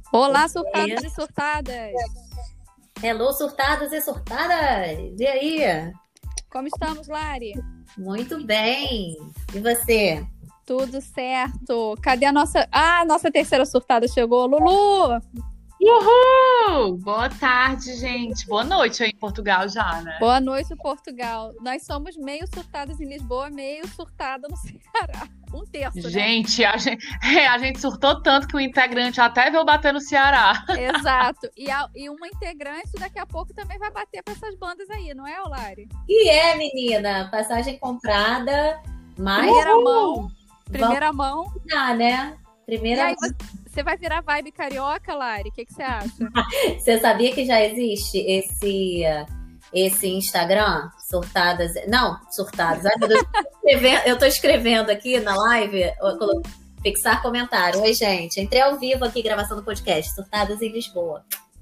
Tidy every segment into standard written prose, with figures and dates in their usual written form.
Olá, surtados e surtadas! Hello, surtados e surtadas! E aí? Como estamos, Lari? Muito bem! E você? Tudo certo! Cadê a nossa... Ah, a nossa terceira surtada chegou! Lulu! Uhul! Boa tarde, gente. Boa noite aí em Portugal já, né? Boa noite, Portugal. Nós somos meio surtadas em Lisboa, meio surtada no Ceará. Um terço, né? Gente, a gente surtou tanto que o integrante até veio bater no Ceará. Exato. E uma integrante daqui a pouco também vai bater para essas bandas aí, não é, Lari? E menina, passagem comprada, mas... Primeira mão. Ah, né? E aí, você vai virar vibe carioca, Lari? O que você acha? Você sabia que já existe esse Instagram? Surtadas... Não, surtadas. Ai, meu Deus, eu tô escrevendo aqui na live, fixar comentário. Oi, gente. Entrei ao vivo aqui, gravação do podcast. Surtadas em Lisboa.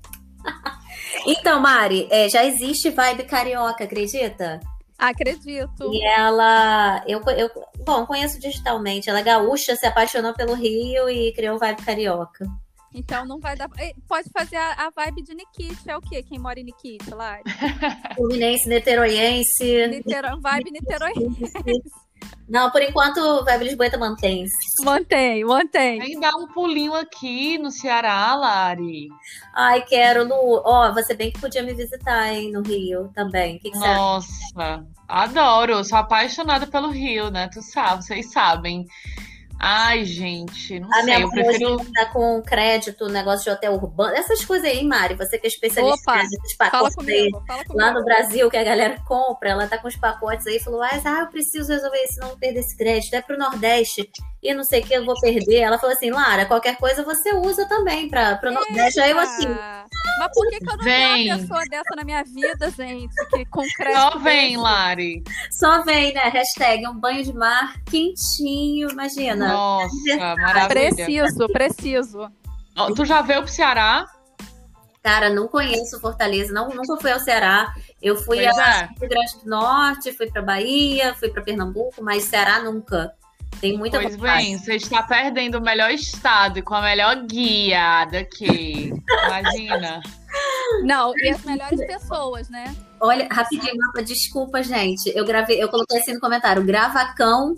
Então, Mari, já existe vibe carioca, acredita? Acredito. E ela... Bom, conheço digitalmente. Ela é gaúcha, se apaixonou pelo Rio e criou vibe carioca. Então não vai dar... Pode fazer a vibe de Nikit. É o quê? Quem mora em Nikit, Lari? Fluminense, niteroiense. Vibe niteroiense. Não, por enquanto, vibe Lisboeta mantém-se. Mantém. Vem dar um pulinho aqui no Ceará, Lari. Ai, quero, Lu. Você bem que podia me visitar, hein, no Rio também. O que você acha? Nossa, adoro. Eu sou apaixonada pelo Rio, né? Vocês sabem. Ai, gente, não A sei. minha Eu mãe prefiro. hoje tá com crédito, negócio de hotel urbano. Essas coisas aí, Mari. Você que é especialista nesses fala pacotes aí. comigo. Lá no Brasil, que a galera compra, ela tá com os pacotes aí, falou, eu preciso resolver isso, não perder esse crédito, é pro Nordeste, e não sei o que eu vou perder. Ela falou assim, Lara, qualquer coisa você usa também pro Nordeste. Aí eu assim... Mas por que eu não tenho uma pessoa dessa na minha vida, gente? Que com crédito Só vem, Lari. Só vem, né? Hashtag um banho de mar quentinho, imagina. Nossa, maravilha. Preciso. Tu já veio pro Ceará? Cara, não conheço Fortaleza, nunca fui ao Ceará. Eu fui ao Rio Grande do Norte, fui pra Bahia, fui pra Pernambuco, mas Ceará nunca. Tem muita vontade. Pois bem, você está perdendo o melhor estado e com a melhor guia daqui. Imagina. Não, e as melhores pessoas, né? Olha, rapidinho, desculpa, gente. Eu coloquei assim no comentário, Gravacão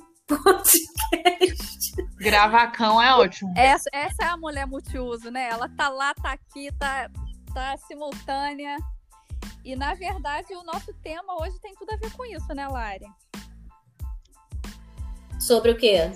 podcast. Gravacão é ótimo. Essa é a mulher multiuso, né? Ela tá lá, tá aqui, tá simultânea. E, na verdade, o nosso tema hoje tem tudo a ver com isso, né, Lari? Sobre o quê?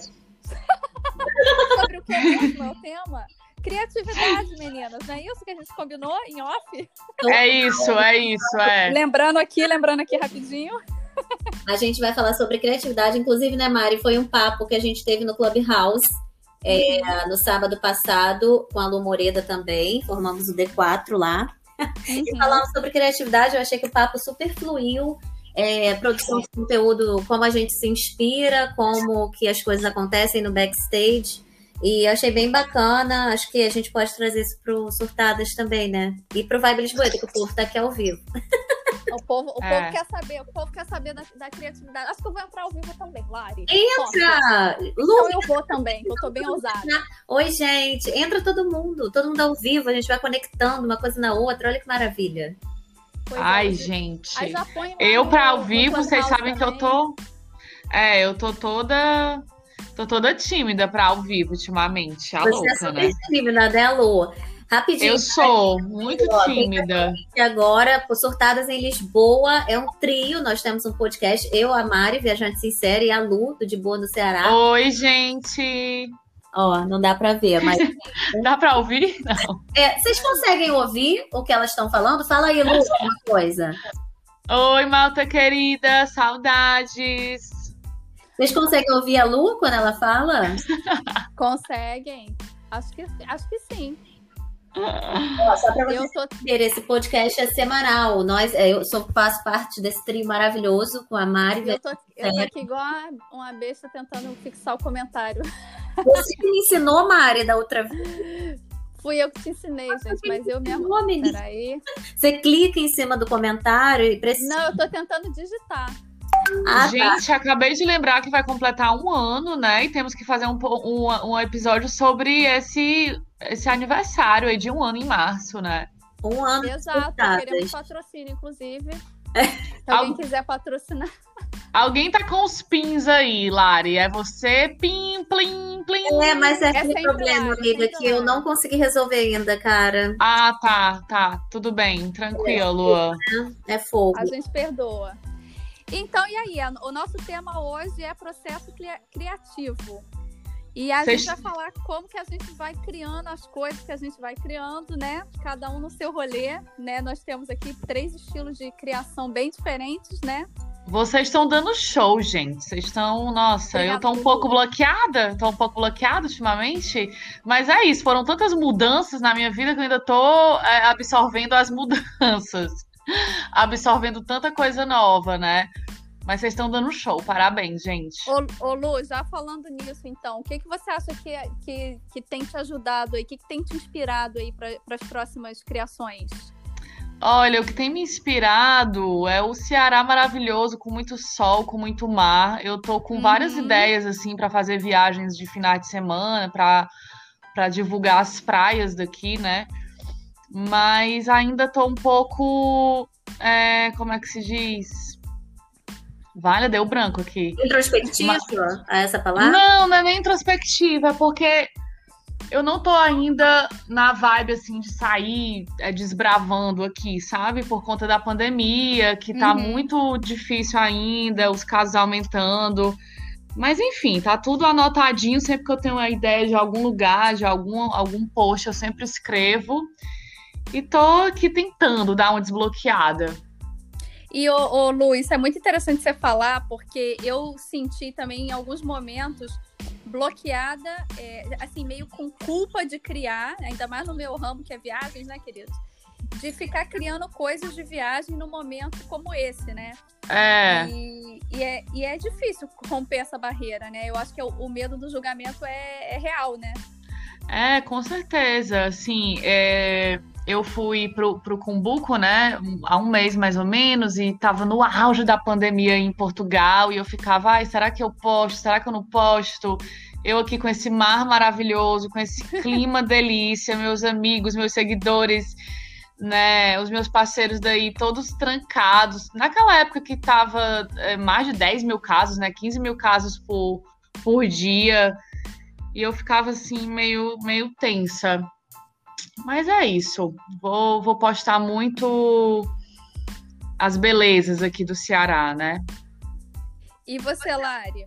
Sobre o que mesmo é o tema? Criatividade, meninas. Não é isso que a gente combinou em off? É isso. Lembrando aqui rapidinho. A gente vai falar sobre criatividade. Inclusive, né, Mari? Foi um papo que a gente teve no Clubhouse no sábado passado, com a Lu Moreda também. Formamos o D4 lá. E falamos sobre criatividade. Eu achei que o papo super fluiu. Produção de conteúdo, como a gente se inspira, como que as coisas acontecem no backstage, e achei bem bacana. Acho que a gente pode trazer isso pro Surtadas também, né? E pro Vibe Lisboeta, que o povo tá aqui ao vivo. O povo quer saber da criatividade. Acho que eu vou entrar ao vivo também, Lari. Entra! Então eu vou também, que eu tô bem ousada. Oi, gente, entra todo mundo ao vivo, a gente vai conectando uma coisa na outra, olha que maravilha. Ai, gente. Eu pra ao vivo, vocês sabem que eu tô... eu tô toda tímida pra ao vivo ultimamente. A louca, super, né? Tímida, né, Lu? Rapidinho. Eu sou muito tímida. E agora, por Surtadas em Lisboa, é um trio. Nós temos um podcast, eu, a Mari, Viajante Sincera, e a Lu, do De Boa no Ceará. Oi, gente. Não dá pra ver, mas... Dá pra ouvir? Não. Vocês conseguem ouvir o que elas estão falando? Fala aí, Lu, uma coisa. Oi, malta querida, saudades. Vocês conseguem ouvir a Lu quando ela fala? Conseguem? Acho que sim. Só pra vocês entenderem, esse podcast é semanal. Eu faço parte desse trio maravilhoso com a Mari. Eu tô aqui igual uma besta tentando fixar o comentário. Você que me ensinou, Mari, da outra vez. Fui eu que te ensinei, gente, mas eu mesmo. Peraí. Você clica em cima do comentário e precisa. Não, eu tô tentando digitar. Gente, acabei de lembrar que vai completar 1 ano, né? E temos que fazer um episódio sobre esse aniversário aí de 1 ano em março, né? 1 ano. Exato, queremos patrocínio, inclusive. Se alguém quiser patrocinar. Alguém tá com os pins aí, Lari. É você? Pim, plim, plim. Mas é aquele problema, amiga, que eu não consegui resolver ainda, cara. Ah, tá. Tudo bem. Tranquilo. É fogo. A gente perdoa. Então, e aí? O nosso tema hoje é processo criativo. E a gente vai falar como que a gente vai criando as coisas que a gente vai criando, né? Cada um no seu rolê, né? Nós temos aqui 3 estilos de criação bem diferentes, né? Vocês estão dando show, gente. Vocês estão... Nossa, eu tô um pouco bloqueada. Tô um pouco bloqueada ultimamente. Mas é isso. Foram tantas mudanças na minha vida que eu ainda tô absorvendo as mudanças. Absorvendo tanta coisa nova, né? Mas vocês estão dando show, parabéns, gente. Ô Lu, já falando nisso, então, o que você acha que tem te ajudado aí? O que tem te inspirado aí para as próximas criações? Olha, o que tem me inspirado é o Ceará maravilhoso, com muito sol, com muito mar. Eu tô com várias ideias, assim, para fazer viagens de final de semana, para divulgar as praias daqui, né? Mas ainda tô um pouco... como é que se diz? Vale, deu branco aqui. Introspectiva? Essa palavra? Não é nem introspectiva, é porque eu não tô ainda na vibe, assim, de sair desbravando aqui, sabe? Por conta da pandemia, que tá muito difícil ainda, os casos aumentando. Mas, enfim, tá tudo anotadinho. Sempre que eu tenho uma ideia de algum lugar, de algum post, eu sempre escrevo. E tô aqui tentando dar uma desbloqueada. E, Lu, isso é muito interessante você falar, porque eu senti também em alguns momentos bloqueada, assim, meio com culpa de criar, ainda mais no meu ramo, que é viagens, né, queridos? De ficar criando coisas de viagem num momento como esse, né? E é difícil romper essa barreira, né? Eu acho que o medo do julgamento é real, né? Com certeza, assim, eu fui pro Cumbuco, né, há 1 mês mais ou menos, e tava no auge da pandemia em Portugal, e eu ficava, será que eu posto? Será que eu não posto? Eu aqui com esse mar maravilhoso, com esse clima delícia, meus amigos, meus seguidores, né, os meus parceiros daí, todos trancados. Naquela época que tava mais de 10 mil casos, né, 15 mil casos por dia, e eu ficava assim, meio tensa. Mas é isso. Vou postar muito as belezas aqui do Ceará, né? E você, Lari?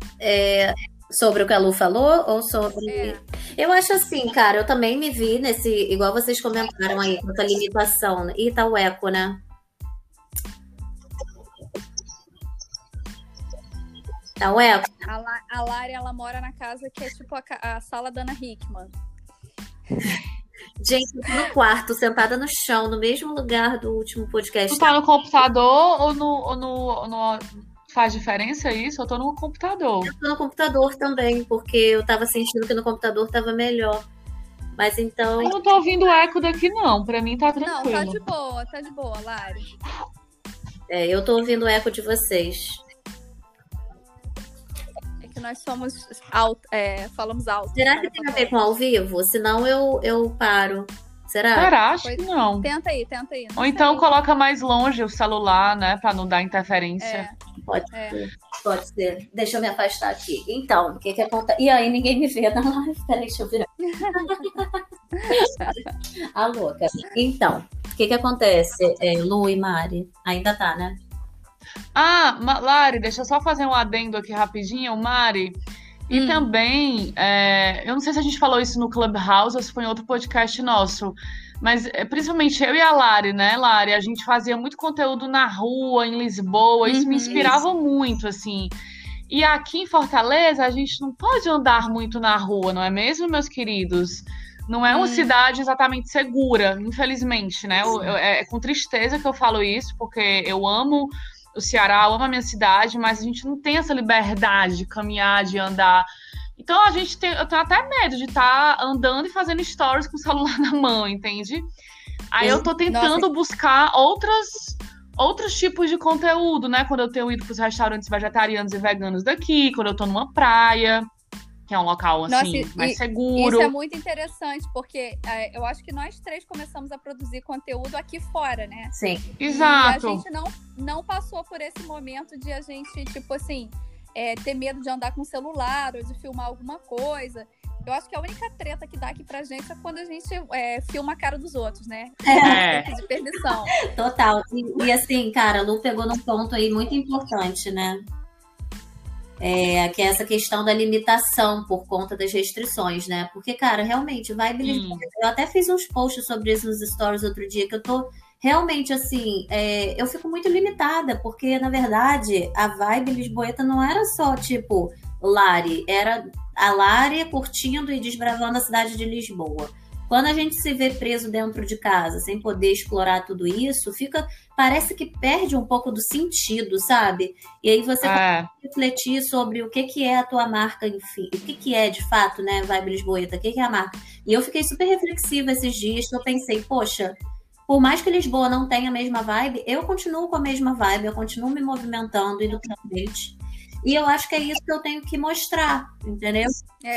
Sobre o que a Lu falou? Ou sobre... Eu acho assim, cara, eu também me vi nesse... Igual vocês comentaram aí, com essa limitação. E tá o eco, né? Tá o eco? A Lari, ela mora na casa que é tipo a sala da Ana Hickman. Gente, eu tô no quarto, sentada no chão, no mesmo lugar do último podcast. Tu tá no computador ou no... Faz diferença isso? Eu tô no computador. Eu tô no computador também, porque eu tava sentindo que no computador tava melhor. Mas então... Eu não tô ouvindo eco daqui, não. Pra mim tá tranquilo. Não, tá de boa, Lari. Eu tô ouvindo o eco de vocês. É que nós somos falamos alto. Será que tem a ver com ao vivo? Senão eu paro. Será? Cara, acho que não. Tenta aí. Ou então coloca mais longe o celular, né? Pra não dar interferência. Pode ser. Deixa eu me afastar aqui. Então, o que acontece? E aí, ninguém me vê na live. Peraí, deixa eu virar. A louca. Então, o que acontece, Lu e Mari? Ainda tá, né? Lari, deixa eu só fazer um adendo aqui rapidinho, Mari. E também, eu não sei se a gente falou isso no Clubhouse ou se foi em outro podcast nosso, mas principalmente eu e a Lari, né, Lari? A gente fazia muito conteúdo na rua, em Lisboa, isso me inspirava muito, assim. E aqui em Fortaleza, a gente não pode andar muito na rua, não é mesmo, meus queridos? Não é uma cidade exatamente segura, infelizmente, né? É com tristeza que eu falo isso, porque eu amo o Ceará, eu amo a minha cidade, mas a gente não tem essa liberdade de caminhar, de andar. Então eu tenho até medo de estar andando e fazendo stories com o celular na mão, entende? Aí eu tô tentando buscar outros tipos de conteúdo, né? Quando eu tenho ido pros restaurantes vegetarianos e veganos daqui, quando eu tô numa praia. que é um local, assim, Nossa, mais seguro. Isso é muito interessante, porque eu acho que nós três começamos a produzir conteúdo aqui fora, né? Sim. Exato. E a gente não passou por esse momento de a gente, tipo assim, ter medo de andar com o celular ou de filmar alguma coisa. Eu acho que a única treta que dá aqui pra gente é quando a gente filma a cara dos outros, né? É. Tem que pedir permissão. Total. E assim, cara, a Lu pegou num ponto aí muito importante, né? Que é essa questão da limitação por conta das restrições, né? Porque, cara, realmente, Vibe Lisboa, eu até fiz uns posts sobre isso nos stories outro dia, que eu tô realmente, assim, eu fico muito limitada, porque, na verdade, a Vibe Lisboeta não era só, tipo, Lari, era a Lari curtindo e desbravando a cidade de Lisboa. Quando a gente se vê preso dentro de casa, sem poder explorar tudo isso, parece que perde um pouco do sentido, sabe? E aí você começa a refletir sobre o que é a tua marca, enfim, o que é de fato, né, Vibe Lisboeta, o que é a marca. E eu fiquei super reflexiva esses dias, que eu pensei, poxa, por mais que Lisboa não tenha a mesma vibe, eu continuo com a mesma vibe, eu continuo me movimentando, indo pra frente. E eu acho que é isso que eu tenho que mostrar, entendeu?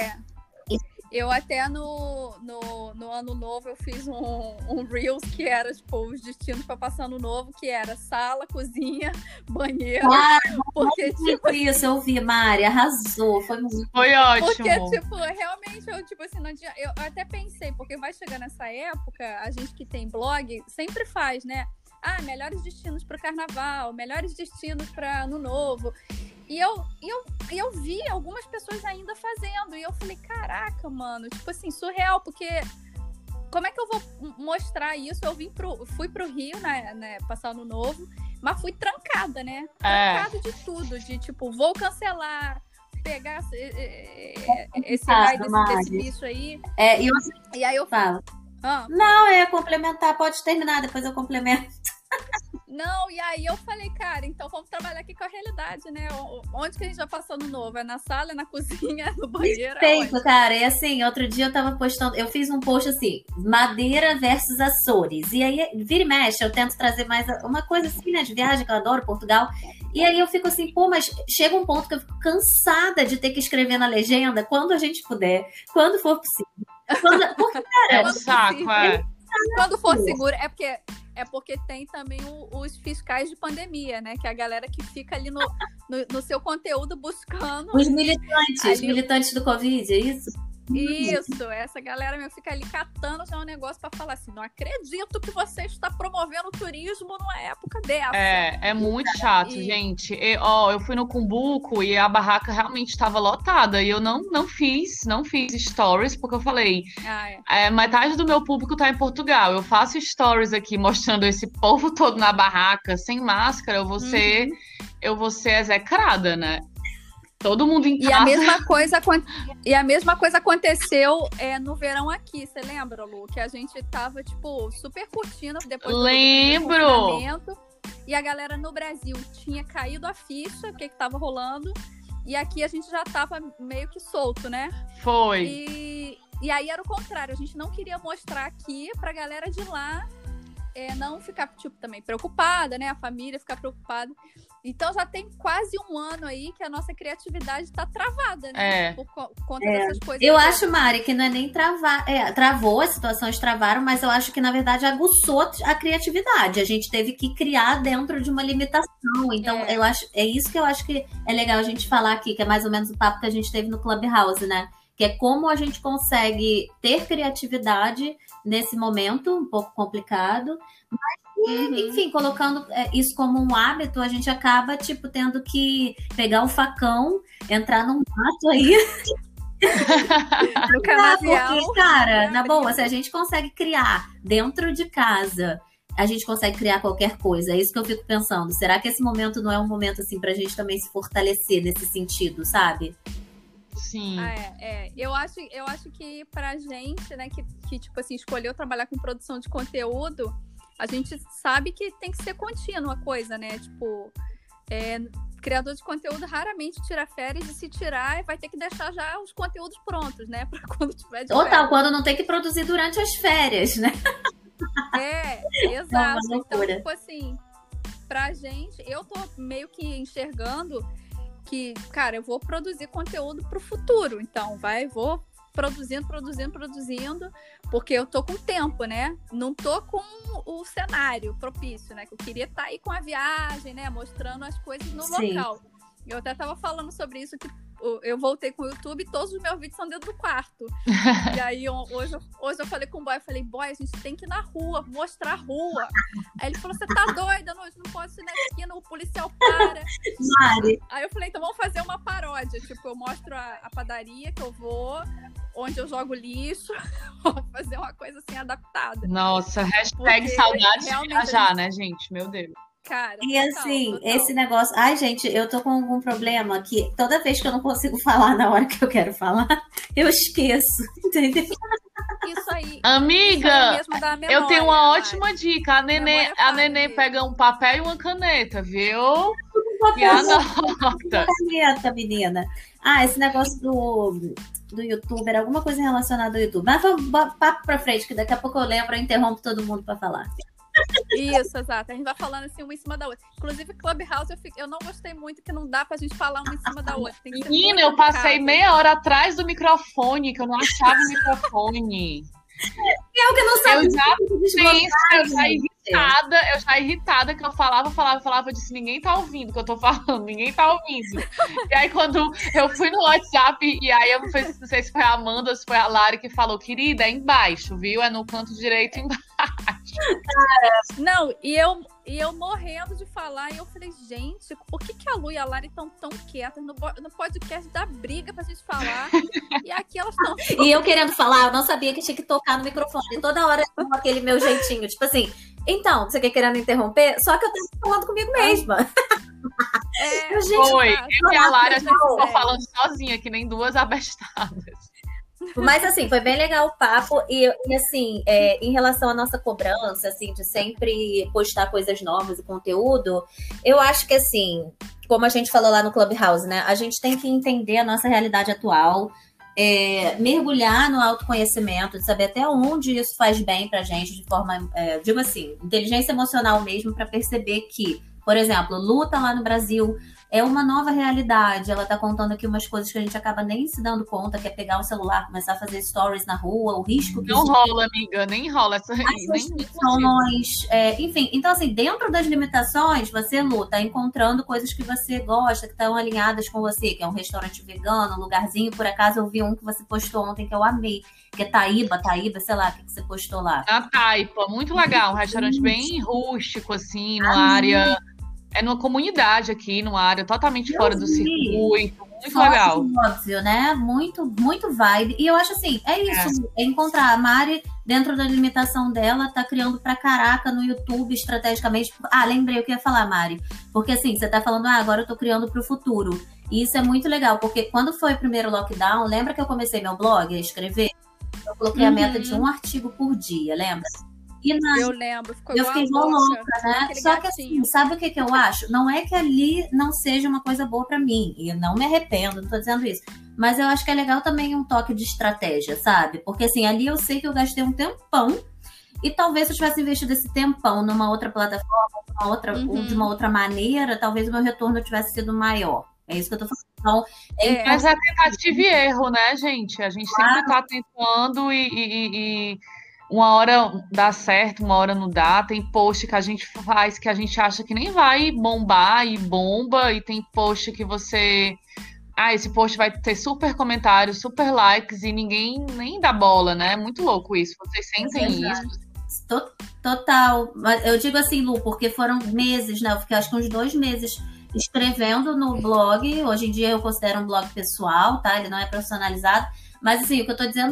Eu até no ano novo eu fiz um Reels que era tipo os destinos para passar ano novo, que era sala, cozinha, banheiro. Porque tipo isso, eu vi, Mari, arrasou, foi ótimo. Porque tipo, realmente eu tipo assim, eu até pensei, porque vai chegar nessa época, a gente que tem blog sempre faz, né? Melhores destinos para o carnaval, melhores destinos para ano novo. E eu vi algumas pessoas ainda fazendo. E eu falei, caraca, mano, tipo assim, surreal, porque como é que eu vou mostrar isso? Eu fui pro Rio, né, passar ano novo, mas fui trancada, né? Trancada de tudo, de tipo, vou cancelar, pegar esse raio desse bicho aí. E aí eu falo. Não, complementar, pode terminar, depois eu complemento. Não, e aí eu falei, cara, então vamos trabalhar aqui com a realidade, né? Onde que a gente vai passar no novo? É na sala, é na cozinha, no banheiro? Perfeito, cara. E assim, outro dia eu tava postando, eu fiz um post assim, Madeira versus Açores. E aí, vira e mexe, eu tento trazer mais uma coisa assim, né, de viagem, que eu adoro Portugal. E aí eu fico assim, mas chega um ponto que eu fico cansada de ter que escrever na legenda quando a gente puder, quando for possível. Porque, cara, é um saco, Quando for seguro, é porque tem também os fiscais de pandemia, né? Que é a galera que fica ali no seu conteúdo buscando. Os militantes do Covid, é isso? Isso, essa galera fica ali catando já um negócio pra falar assim, não acredito que você está promovendo turismo numa época dessa. É muito chato, gente. Eu fui no Cumbuco e a barraca realmente estava lotada e eu não fiz stories porque eu falei, metade do meu público tá em Portugal, eu faço stories aqui mostrando esse povo todo na barraca, sem máscara, eu vou ser execrada, né? Todo mundo em casa. E a mesma coisa aconteceu no verão aqui, você lembra, Lu? Que a gente tava, tipo, super curtindo depois do confinamento. E a galera no Brasil tinha caído a ficha, o que tava rolando. E aqui a gente já tava meio que solto, né? Foi. E aí era o contrário, a gente não queria mostrar aqui pra galera de lá não ficar, tipo, também preocupada, né? A família ficar preocupada. Então já tem quase um ano aí que a nossa criatividade tá travada, né? Por conta dessas coisas. Eu acho, Mari, que não é nem travar. Travou, as situações travaram, mas eu acho que, na verdade, aguçou a criatividade. A gente teve que criar dentro de uma limitação. Então, eu acho, é isso que eu acho que é legal a gente falar aqui, que é mais ou menos o papo que a gente teve no Clubhouse, né? Que é como a gente consegue ter criatividade nesse momento um pouco complicado, mas, enfim, colocando isso como um hábito, a gente acaba, tipo, tendo que pegar um facão, entrar num mato aí. No canavial. Porque, cara, na boa, se a gente consegue criar dentro de casa, a gente consegue criar qualquer coisa. É isso que eu fico pensando. Será que esse momento não é um momento, assim, pra gente também se fortalecer nesse sentido, sabe? Sim. Eu acho que pra gente, né, que tipo assim, escolheu trabalhar com produção de conteúdo, a gente sabe que tem que ser contínua a coisa, né? Tipo, criador de conteúdo raramente tira férias, e se tirar, vai ter que deixar já os conteúdos prontos, né? Pra quando tiver de férias. Ou quando não tem que produzir durante as férias, né? Exato. Então, tipo assim, pra gente, eu tô meio que enxergando que, cara, eu vou produzir conteúdo pro futuro. Então, vou produzindo, porque eu tô com tempo, né? Não tô com o cenário propício, né? Que eu queria estar aí com a viagem, né? Mostrando as coisas no local. Eu até tava falando sobre isso, que eu voltei com o YouTube e todos os meus vídeos são dentro do quarto. E aí, hoje eu falei com o boy, boy, a gente tem que ir na rua, mostrar a rua. Aí ele falou, você tá doida? Não, a gente não pode ir na esquina, o policial para. Mari. Aí eu falei, então vamos fazer uma paródia. Tipo, eu mostro a padaria que eu vou, onde eu jogo lixo. Vou fazer uma coisa assim, adaptada. Nossa, hashtag saudades de viajar, né, gente? Meu Deus. Cara, e assim, esse negócio... Ai, gente, eu tô com algum problema que toda vez que eu não consigo falar na hora que eu quero falar, eu esqueço, entendeu? Isso aí. Amiga, isso aí memória, eu tenho uma ótima dica. A Nenê pega um papel e uma caneta, viu? E anota. Caneta, menina. Esse negócio do youtuber, alguma coisa relacionada ao YouTube. Mas vamos papo pra frente, que daqui a pouco eu lembro, eu interrompo todo mundo pra falar. Isso, exato. A gente vai falando assim, uma em cima da outra. Inclusive, Clubhouse, eu não gostei muito, que não dá pra gente falar uma em cima da outra. Menina, eu passei meia hora atrás do microfone, que eu não achava o microfone. Eu que não sabia. Eu já irritada, que eu falava, eu disse, ninguém tá ouvindo o que eu tô falando, ninguém tá ouvindo. E aí, quando eu fui no WhatsApp, e aí eu não sei se foi a Amanda ou se foi a Lari que falou, querida, é embaixo, viu? É no canto direito embaixo. Não, e eu morrendo de falar, e eu falei, gente, por que a Lu e a Lari estão tão quietas no podcast da briga pra gente falar? E aqui elas estão... E eu querendo falar, eu não sabia que tinha que tocar no microfone. Toda hora com aquele meu jeitinho, tipo assim, então, você quer querendo interromper? Só que eu tava falando comigo mesma. Foi, eu e a Lari, a gente ficou falando sozinha, que nem duas abestadas. Mas, assim, foi bem legal o papo. E assim, em relação à nossa cobrança, assim, de sempre postar coisas novas e conteúdo, eu acho que, assim, como a gente falou lá no Clubhouse, né? A gente tem que entender a nossa realidade atual, mergulhar no autoconhecimento, de saber até onde isso faz bem pra gente, de forma, digo assim, inteligência emocional mesmo, para perceber que, por exemplo, luta lá no Brasil é uma nova realidade.Ela tá contando aqui umas coisas que a gente acaba nem se dando conta, que é pegar o celular, começar a fazer stories na rua, o risco que não rola, amiga, nem rola essa enfim, então assim, dentro das limitações, você luta encontrando coisas que você gosta, que estão alinhadas com você, que é um restaurante vegano, um lugarzinho. Por acaso eu vi um que você postou ontem que eu amei, que é Taíba, sei lá, o que você postou lá. A Taipa, muito legal, um restaurante bem rústico, assim, numa área... É numa comunidade aqui, numa área totalmente fora do circuito. Muito legal. Óbvio, né? Muito, muito vibe. E eu acho assim, é isso. É encontrar a Mari, dentro da limitação dela, tá criando pra caraca no YouTube, estrategicamente. Lembrei o que eu ia falar, Mari. Porque assim, você tá falando, agora eu tô criando pro futuro. E isso é muito legal, porque quando foi o primeiro lockdown, lembra que eu comecei meu blog a escrever? Eu coloquei a meta de 1 artigo por dia, lembra? Eu lembro, eu fiquei louca, né? Só que assim, sabe o que eu acho? Não é que ali não seja uma coisa boa pra mim, e eu não me arrependo, não tô dizendo isso, mas eu acho que é legal também um toque de estratégia, sabe? Porque assim, ali eu sei que eu gastei um tempão, e talvez se eu tivesse investido esse tempão numa outra plataforma, de uma outra maneira, talvez o meu retorno tivesse sido maior. É isso que eu tô falando. Então, mas é tentativa e erro, né, gente? A gente sempre tá tentando e uma hora dá certo, uma hora não dá. Tem post que a gente faz que a gente acha que nem vai bombar e bomba, e tem post que você... esse post vai ter super comentários, super likes, e ninguém nem dá bola, né? É muito louco isso. Vocês sentem isso? Total. Mas eu digo assim, Lu, porque foram meses, né? Eu fiquei acho que uns 2 meses escrevendo no blog. Hoje em dia eu considero um blog pessoal, tá? Ele não é profissionalizado. Mas assim, o que eu tô dizendo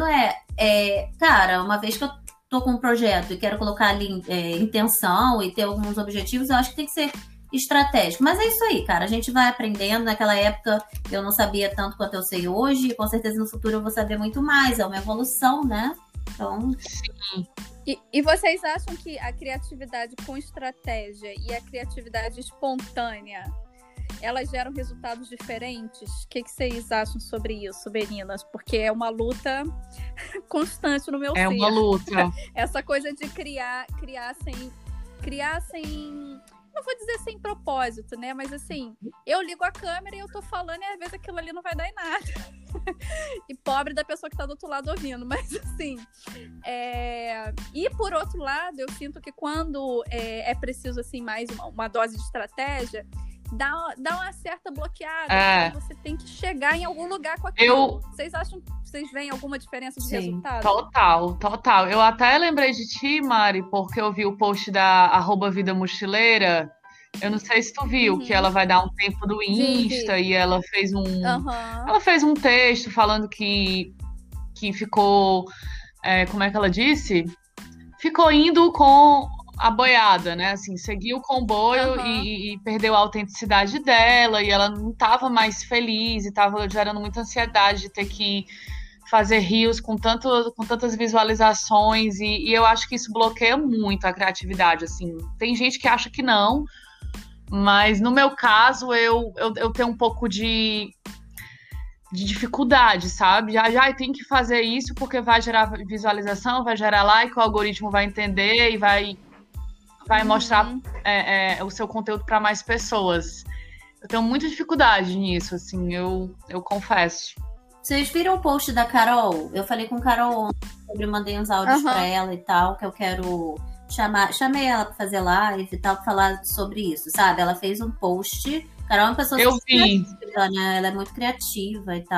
cara, uma vez que eu tô com um projeto e quero colocar ali intenção e ter alguns objetivos, eu acho que tem que ser estratégico. Mas é isso aí, cara. A gente vai aprendendo. Naquela época eu não sabia tanto quanto eu sei hoje, e com certeza no futuro eu vou saber muito mais. É uma evolução, né? Então... Sim. E vocês acham que a criatividade com estratégia e a criatividade espontânea, elas geram resultados diferentes? O que vocês acham sobre isso, meninas? Porque é uma luta constante no meu ser. É uma luta. Essa coisa de criar sem não vou dizer sem propósito, né? Mas assim, eu ligo a câmera e eu tô falando e às vezes aquilo ali não vai dar em nada. E pobre da pessoa que tá do outro lado ouvindo. Mas assim, e por outro lado, eu sinto que quando é preciso assim mais uma dose de estratégia, dá uma certa bloqueada. Então você tem que chegar em algum lugar com aquilo. Vocês veem alguma diferença de resultado? Total. Eu até lembrei de ti, Mari, porque eu vi o post da @Vida Mochileira. Eu não sei se tu viu, que ela vai dar um tempo do Insta e ela fez ela fez um texto falando que ficou, como é que ela disse? Ficou indo com a boiada, né? Assim, seguiu o comboio e perdeu a autenticidade dela, e ela não estava mais feliz e estava gerando muita ansiedade de ter que fazer reels com tantas visualizações, e eu acho que isso bloqueia muito a criatividade, assim. Tem gente que acha que não, mas no meu caso eu tenho um pouco de dificuldade, sabe? Já tem que fazer isso porque vai gerar visualização, vai gerar like, o algoritmo vai entender e vai mostrar o seu conteúdo para mais pessoas. Eu tenho muita dificuldade nisso, assim, eu confesso. Vocês viram o post da Carol? Eu falei com a Carol ontem, eu mandei uns áudios para ela e tal, que eu quero chamei ela para fazer live e tal, para falar sobre isso, sabe? Ela fez um post. Carol é uma pessoa criativa, né? Ela é muito criativa e tal.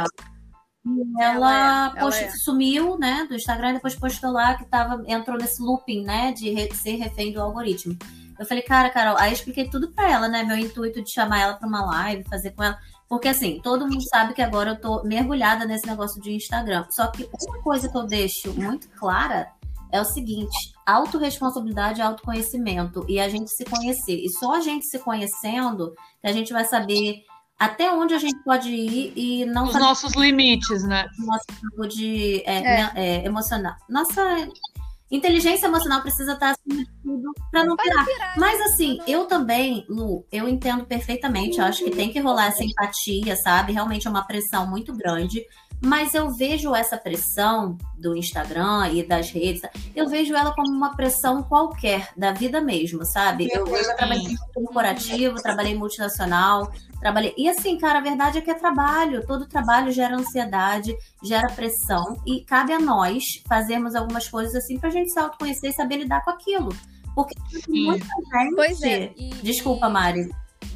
E ela sumiu, né, do Instagram, e depois postou lá que entrou nesse looping, né, de ser refém do algoritmo. Eu falei, cara, Carol, aí eu expliquei tudo pra ela, né, meu intuito de chamar ela pra uma live, fazer com ela, porque assim, todo mundo sabe que agora eu tô mergulhada nesse negócio de Instagram, só que uma coisa que eu deixo muito clara é o seguinte: autorresponsabilidade e autoconhecimento, e a gente se conhecer, e só a gente se conhecendo que a gente vai saber até onde a gente pode ir e não os nossos limites, né? Nossa saúde emocional. Nossa inteligência emocional precisa estar acima de tudo para não pirar. Mas assim, eu também, Lu, eu entendo perfeitamente. Eu acho que tem que rolar essa empatia, sabe? Realmente é uma pressão muito grande. Mas eu vejo essa pressão do Instagram e das redes, eu vejo ela como uma pressão qualquer da vida mesmo, sabe? Eu trabalhei corporativo, trabalhei multinacional, e assim, cara, a verdade é que é trabalho. Todo trabalho gera ansiedade, gera pressão, e cabe a nós fazermos algumas coisas assim pra gente se autoconhecer e saber lidar com aquilo. Porque muita gente... Pois é. Desculpa, Mari.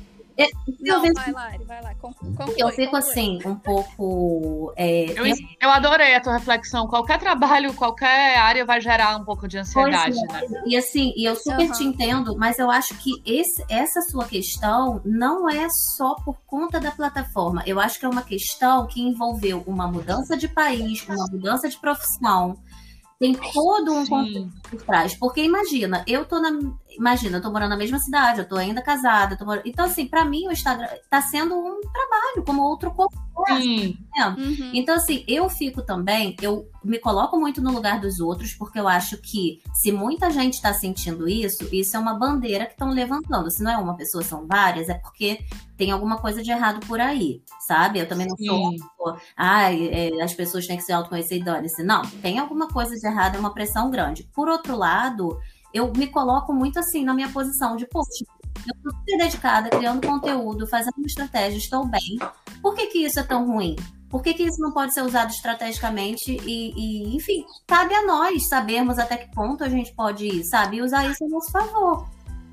Vai lá. Eu fico assim, um pouco... Eu adorei a tua reflexão. Qualquer trabalho, qualquer área vai gerar um pouco de ansiedade, né? E assim, eu super te entendo, mas eu acho que essa sua questão não é só por conta da plataforma. Eu acho que é uma questão que envolveu uma mudança de país, uma mudança de profissão. Tem todo um contexto por trás. Porque imagina, eu tô morando na mesma cidade, eu tô ainda casada. Então, assim, pra mim o Instagram tá sendo um trabalho, como outro qualquer. Então, assim, eu fico também, eu me coloco muito no lugar dos outros, porque eu acho que se muita gente tá sentindo isso é uma bandeira que estão levantando. Se não é uma pessoa, são várias, é porque tem alguma coisa de errado por aí, sabe? Eu também não sou... as pessoas têm que se autoconhecer e dane-se. Não, tem alguma coisa de errado, é uma pressão grande. Por outro lado, eu me coloco muito assim na minha posição de, poxa, eu estou super dedicada, criando conteúdo, fazendo uma estratégia, estou bem. Por que isso é tão ruim? Por que isso não pode ser usado estrategicamente? E, enfim, cabe a nós sabermos até que ponto a gente pode ir, sabe? E usar isso a nosso favor.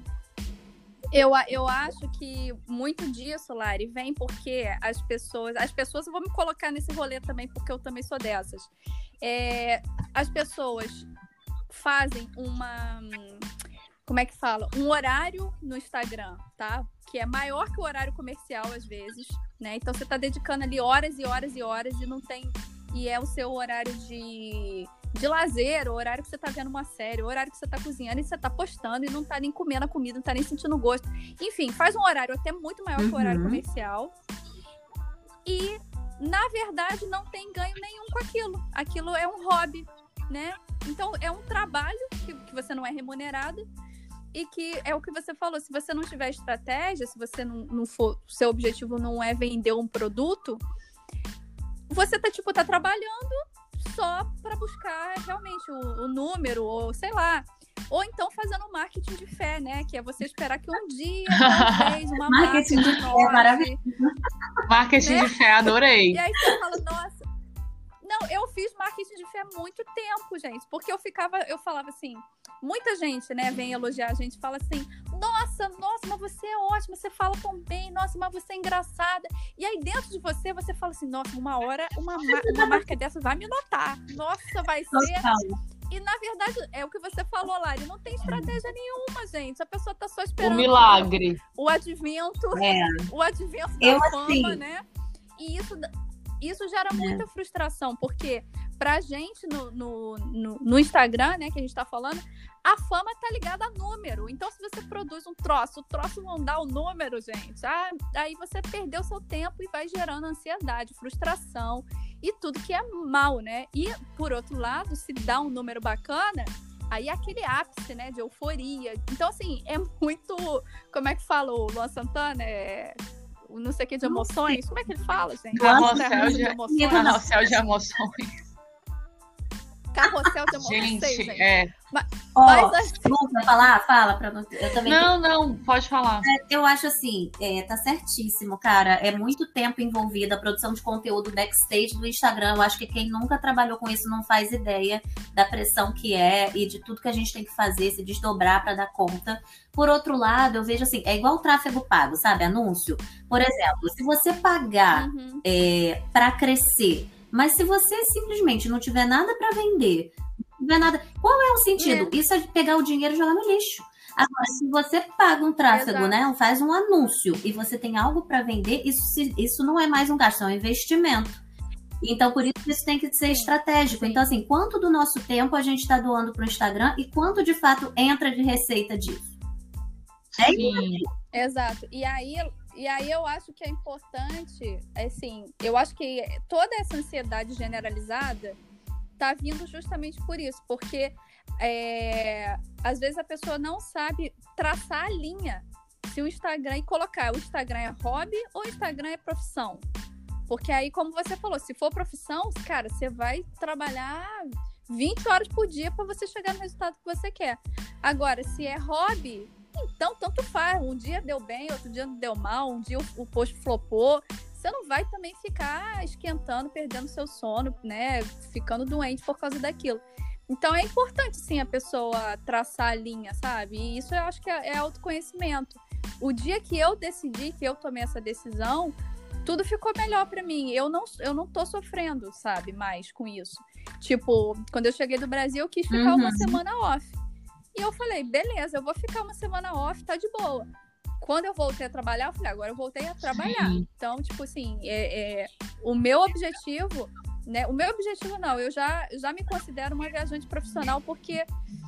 Eu acho que muito disso, Lari, vem porque as pessoas, eu vou me colocar nesse rolê também, porque eu também sou dessas. As pessoas fazem como é que fala? Um horário no Instagram, tá? Que é maior que o horário comercial, às vezes, né? Então, você tá dedicando ali horas e horas e horas e não tem... E é o seu horário de lazer, o horário que você tá vendo uma série, o horário que você tá cozinhando e você tá postando e não tá nem comendo a comida, não tá nem sentindo gosto. Enfim, faz um horário até muito maior que o horário comercial. E, na verdade, não tem ganho nenhum com aquilo. Aquilo é um hobby, né? Então, é um trabalho que você não é remunerado. E que é o que você falou, se você não tiver estratégia, se você não for, seu objetivo não é vender um produto, você tá trabalhando só para buscar realmente o número, ou sei lá. Ou então fazendo marketing de fé, né? Que é você esperar que um dia, talvez, uma Marketing de fé é maravilhoso. Marketing né? de fé, adorei. E aí você fala, nossa. Não, eu fiz marketing de fé há muito tempo, gente. Porque eu falava assim, muita gente, né, vem elogiar a gente e fala assim, nossa, mas você é ótima, você fala tão bem, nossa, mas você é engraçada. E aí dentro de você fala assim, nossa, uma hora uma marca dessa vai me notar. Nossa, vai ser... E, na verdade, é o que você falou, Lari, não tem estratégia nenhuma, gente. A pessoa tá só esperando o milagre. O advento Eu, da fama, assim, né? E isso gera muita frustração, porque pra gente no Instagram, né, que a gente tá falando, a fama tá ligada a número. Então, se você produz um troço, o troço não dá o número, gente, aí você perdeu seu tempo e vai gerando ansiedade, frustração e tudo que é mal, né? E, por outro lado, se dá um número bacana, aí é aquele ápice, né, de euforia. Então, assim, é muito... Como é que fala o Luan Santana? Não sei o que de emoções. Como é que ele fala, gente? Carrossel de emoções. Carrossel de emoções. Gente, Mas Luca, fala pra não... Eu também não, pode falar. Eu acho assim, tá certíssimo, cara. É muito tempo envolvido a produção de conteúdo backstage do Instagram. Eu acho que quem nunca trabalhou com isso não faz ideia da pressão que é e de tudo que a gente tem que fazer, se desdobrar pra dar conta. Por outro lado, eu vejo assim, é igual o tráfego pago, sabe? Anúncio. Por exemplo, se você pagar pra crescer, mas se você simplesmente não tiver nada para vender, não tiver nada, qual é o sentido? Isso é pegar o dinheiro e jogar no lixo. Agora, se você paga um tráfego, né, faz um anúncio e você tem algo para vender, isso não é mais um gasto, é um investimento. Então, por isso tem que ser estratégico. Então, assim, quanto do nosso tempo a gente está doando para o Instagram e quanto de fato entra de receita disso? Exato. E aí eu acho que é importante, assim, eu acho que toda essa ansiedade generalizada tá vindo justamente por isso, porque às vezes a pessoa não sabe traçar a linha se o Instagram e colocar o Instagram é hobby ou o Instagram é profissão. Porque aí, como você falou, se for profissão, cara, você vai trabalhar 20 horas por dia para você chegar no resultado que você quer. Agora, se é hobby, então tanto faz. Um dia deu bem, outro dia deu mal, um dia o post flopou. Você não vai também ficar esquentando, perdendo seu sono, né? Ficando doente por causa daquilo. Então é importante, sim, a pessoa traçar a linha, sabe? E isso eu acho que é autoconhecimento. O dia que eu decidi, que eu tomei essa decisão, tudo ficou melhor pra mim. Eu não tô sofrendo, sabe, mais com isso. Tipo, quando eu cheguei do Brasil, eu quis ficar uma semana off. E eu falei, beleza, eu vou ficar uma semana off, tá de boa. Quando eu voltei a trabalhar, eu falei, agora eu voltei a trabalhar. Sim. Então, tipo assim, o meu objetivo, né? O meu objetivo não, eu já me considero uma viajante profissional porque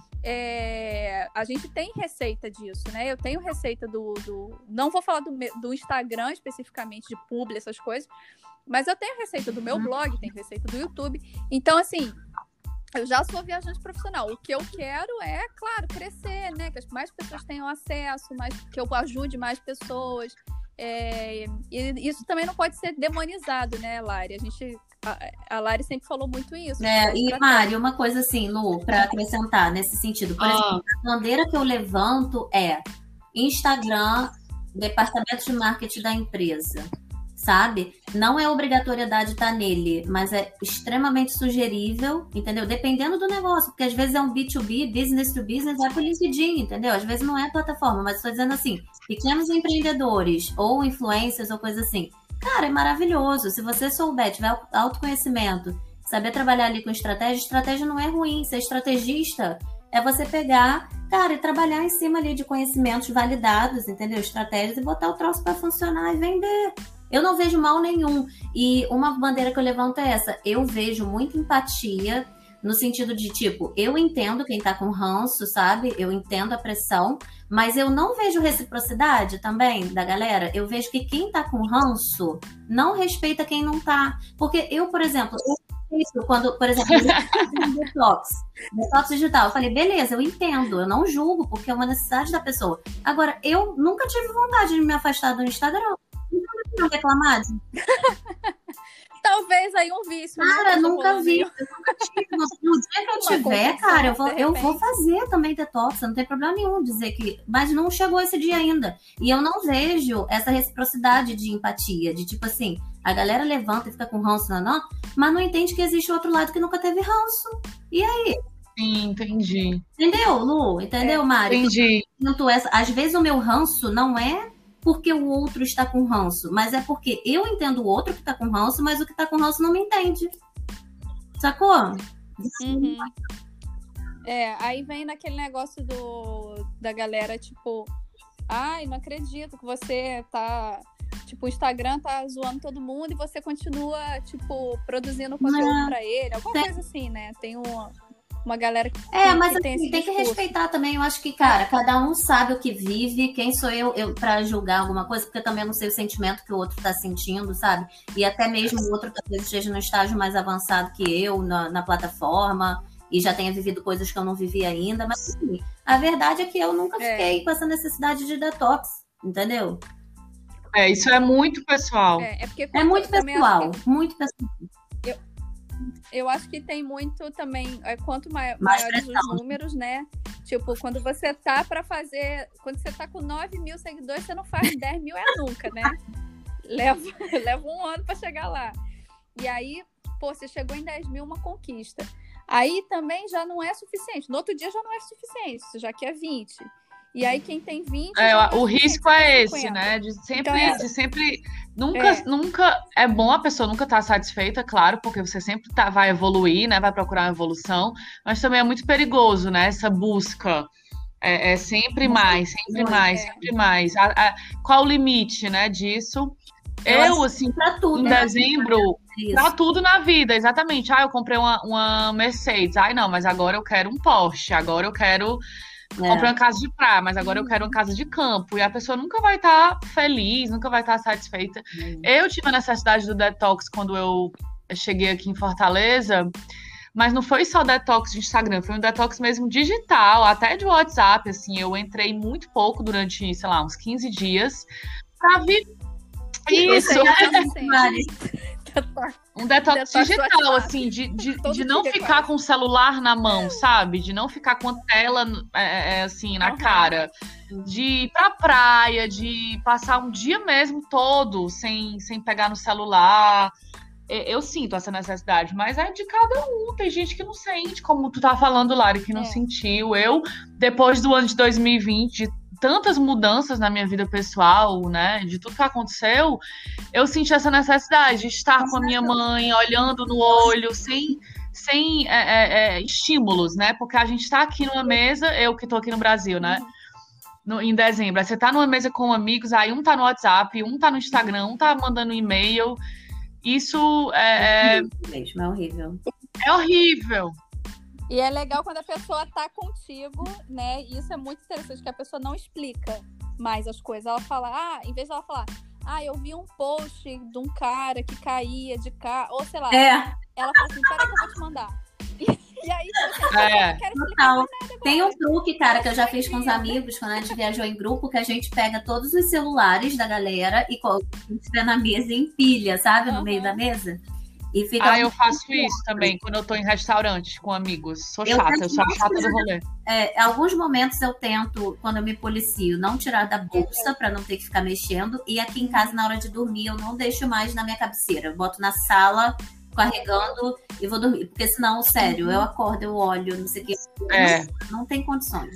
a gente tem receita disso, né? Eu tenho receita não vou falar do Instagram especificamente, de publi, essas coisas, mas eu tenho receita do meu blog, tenho receita do YouTube. Então, assim, eu já sou viajante profissional. O que eu quero é, claro, crescer, né? Que mais pessoas tenham acesso, que eu ajude mais pessoas. E isso também não pode ser demonizado, né, Lari? A Lari sempre falou muito isso. E, Mari, uma coisa assim, Lu, para acrescentar nesse sentido. Por exemplo, a bandeira que eu levanto é Instagram, departamento de marketing da empresa. Sabe? Não é obrigatoriedade estar nele, mas é extremamente sugerível, entendeu? Dependendo do negócio, porque às vezes é um B2B, business to business, vai pro LinkedIn, entendeu? Às vezes não é a plataforma, mas estou dizendo assim, pequenos empreendedores ou influencers ou coisa assim. Cara, é maravilhoso. Se você souber, tiver autoconhecimento, saber trabalhar ali com estratégia não é ruim. Ser estrategista é você pegar, cara, e trabalhar em cima ali de conhecimentos validados, entendeu? Estratégias e botar o troço para funcionar e vender. Eu não vejo mal nenhum. E uma bandeira que eu levanto é essa. Eu vejo muita empatia no sentido de, tipo, eu entendo quem tá com ranço, sabe? Eu entendo a pressão, mas eu não vejo reciprocidade também da galera. Eu vejo que quem tá com ranço não respeita quem não tá. Porque eu, por exemplo, quando, por exemplo, detox digital, eu falei, beleza, eu entendo, eu não julgo, porque é uma necessidade da pessoa. Agora, eu nunca tive vontade de me afastar do Instagram. Não reclamar? talvez aí um vício. Cara, né? nunca vi. Eu nunca tive. No dia que eu tiver, cara, eu vou fazer também detox. Não tem problema nenhum dizer que... Mas não chegou esse dia ainda. E eu não vejo essa reciprocidade de empatia. De tipo assim, a galera levanta e fica com ranço, não, mas não entende que existe outro lado que nunca teve ranço. E aí? Sim, entendi. Entendeu, Lu? Entendeu, Mari? Entendi. Às vezes o meu ranço não é porque o outro está com ranço, mas é porque eu entendo o outro que está com ranço, mas o que está com ranço não me entende. Sacou? Uhum. Aí vem naquele negócio da galera, tipo, ai, não acredito que você tá... Tipo, o Instagram tá zoando todo mundo e você continua, tipo, produzindo conteúdo pra ele. Alguma coisa assim, né? Tem uma galera que mas tem assim, esse tem que discurso. respeitar também. Eu acho que, cara, cada um sabe o que vive. Quem sou eu pra julgar alguma coisa? Porque eu também não sei o sentimento que o outro tá sentindo, sabe? E até mesmo o outro talvez esteja no estágio mais avançado que eu na plataforma e já tenha vivido coisas que eu não vivi ainda. Mas, assim, a verdade é que eu nunca fiquei com essa necessidade de detox, entendeu? Isso é muito pessoal. É muito pessoal, muito pessoal. Eu acho que tem muito também, quanto maiores os números, né? Tipo, quando você tá pra fazer... Quando você tá com 9 mil seguidores, você não faz 10 mil nunca, né? Leva um ano pra chegar lá. E aí, pô, você chegou em 10 mil, uma conquista. Aí também já não é suficiente. No outro dia já não é suficiente, você já quer 20. E aí quem tem 20... o risco é esse, né? De sempre nunca é bom a pessoa nunca estar satisfeita, claro, porque você sempre vai evoluir, né? Vai procurar uma evolução, mas também é muito perigoso, né? Essa busca. É sempre mais, sempre mais, sempre mais. Qual o limite, né, disso? Eu assim, pra tudo, em dezembro, pra tudo na vida, exatamente. Eu comprei uma Mercedes. Não, mas agora eu quero um Porsche, agora eu quero... Comprei uma casa de praia, mas agora eu quero uma casa de campo. E a pessoa nunca vai estar feliz, nunca vai estar satisfeita. Eu tive a necessidade do detox quando eu cheguei aqui em Fortaleza, mas não foi só detox de Instagram, foi um detox mesmo digital, até de WhatsApp, assim. Eu entrei muito pouco durante, sei lá, uns 15 dias pra vir... Isso! Um detox digital, assim, de não ficar com o celular na mão, sabe? De não ficar com a tela, assim, na cara. De ir pra praia, de passar um dia mesmo todo sem pegar no celular. Eu sinto essa necessidade, mas é de cada um. Tem gente que não sente, como tu tá falando, Lari, que não sentiu. Eu, depois do ano de 2020, de tantas mudanças na minha vida pessoal, né, de tudo que aconteceu, eu senti essa necessidade de estar com a minha mãe, olhando no olho, sem estímulos, né, porque a gente tá aqui numa mesa, eu que tô aqui no Brasil, né, em dezembro, aí você tá numa mesa com amigos, aí um tá no WhatsApp, um tá no Instagram, um tá mandando e-mail, isso é horrível. É horrível. E é legal quando a pessoa tá contigo, né? E isso é muito interessante, que a pessoa não explica mais as coisas. Ela fala, em vez de ela falar, eu vi um post de um cara que caía de carro, ou sei lá, ela fala assim, peraí que eu vou te mandar. E aí, você não quer explicar nada agora. Tem um truque, cara, que eu já fiz com os amigos, quando a gente viajou em grupo, que a gente pega todos os celulares da galera e coloca na mesa e empilha, sabe? No meio da mesa. E fica eu faço isso também, quando eu tô em restaurante com amigos. Sou chata, eu sou a chata do rolê. Alguns momentos eu tento, quando eu me policio, não tirar da bolsa pra não ter que ficar mexendo. E aqui em casa, na hora de dormir, eu não deixo mais na minha cabeceira. Eu boto na sala, carregando e vou dormir. Porque senão, sério, eu acordo, eu olho, não sei o que. Não tem condições.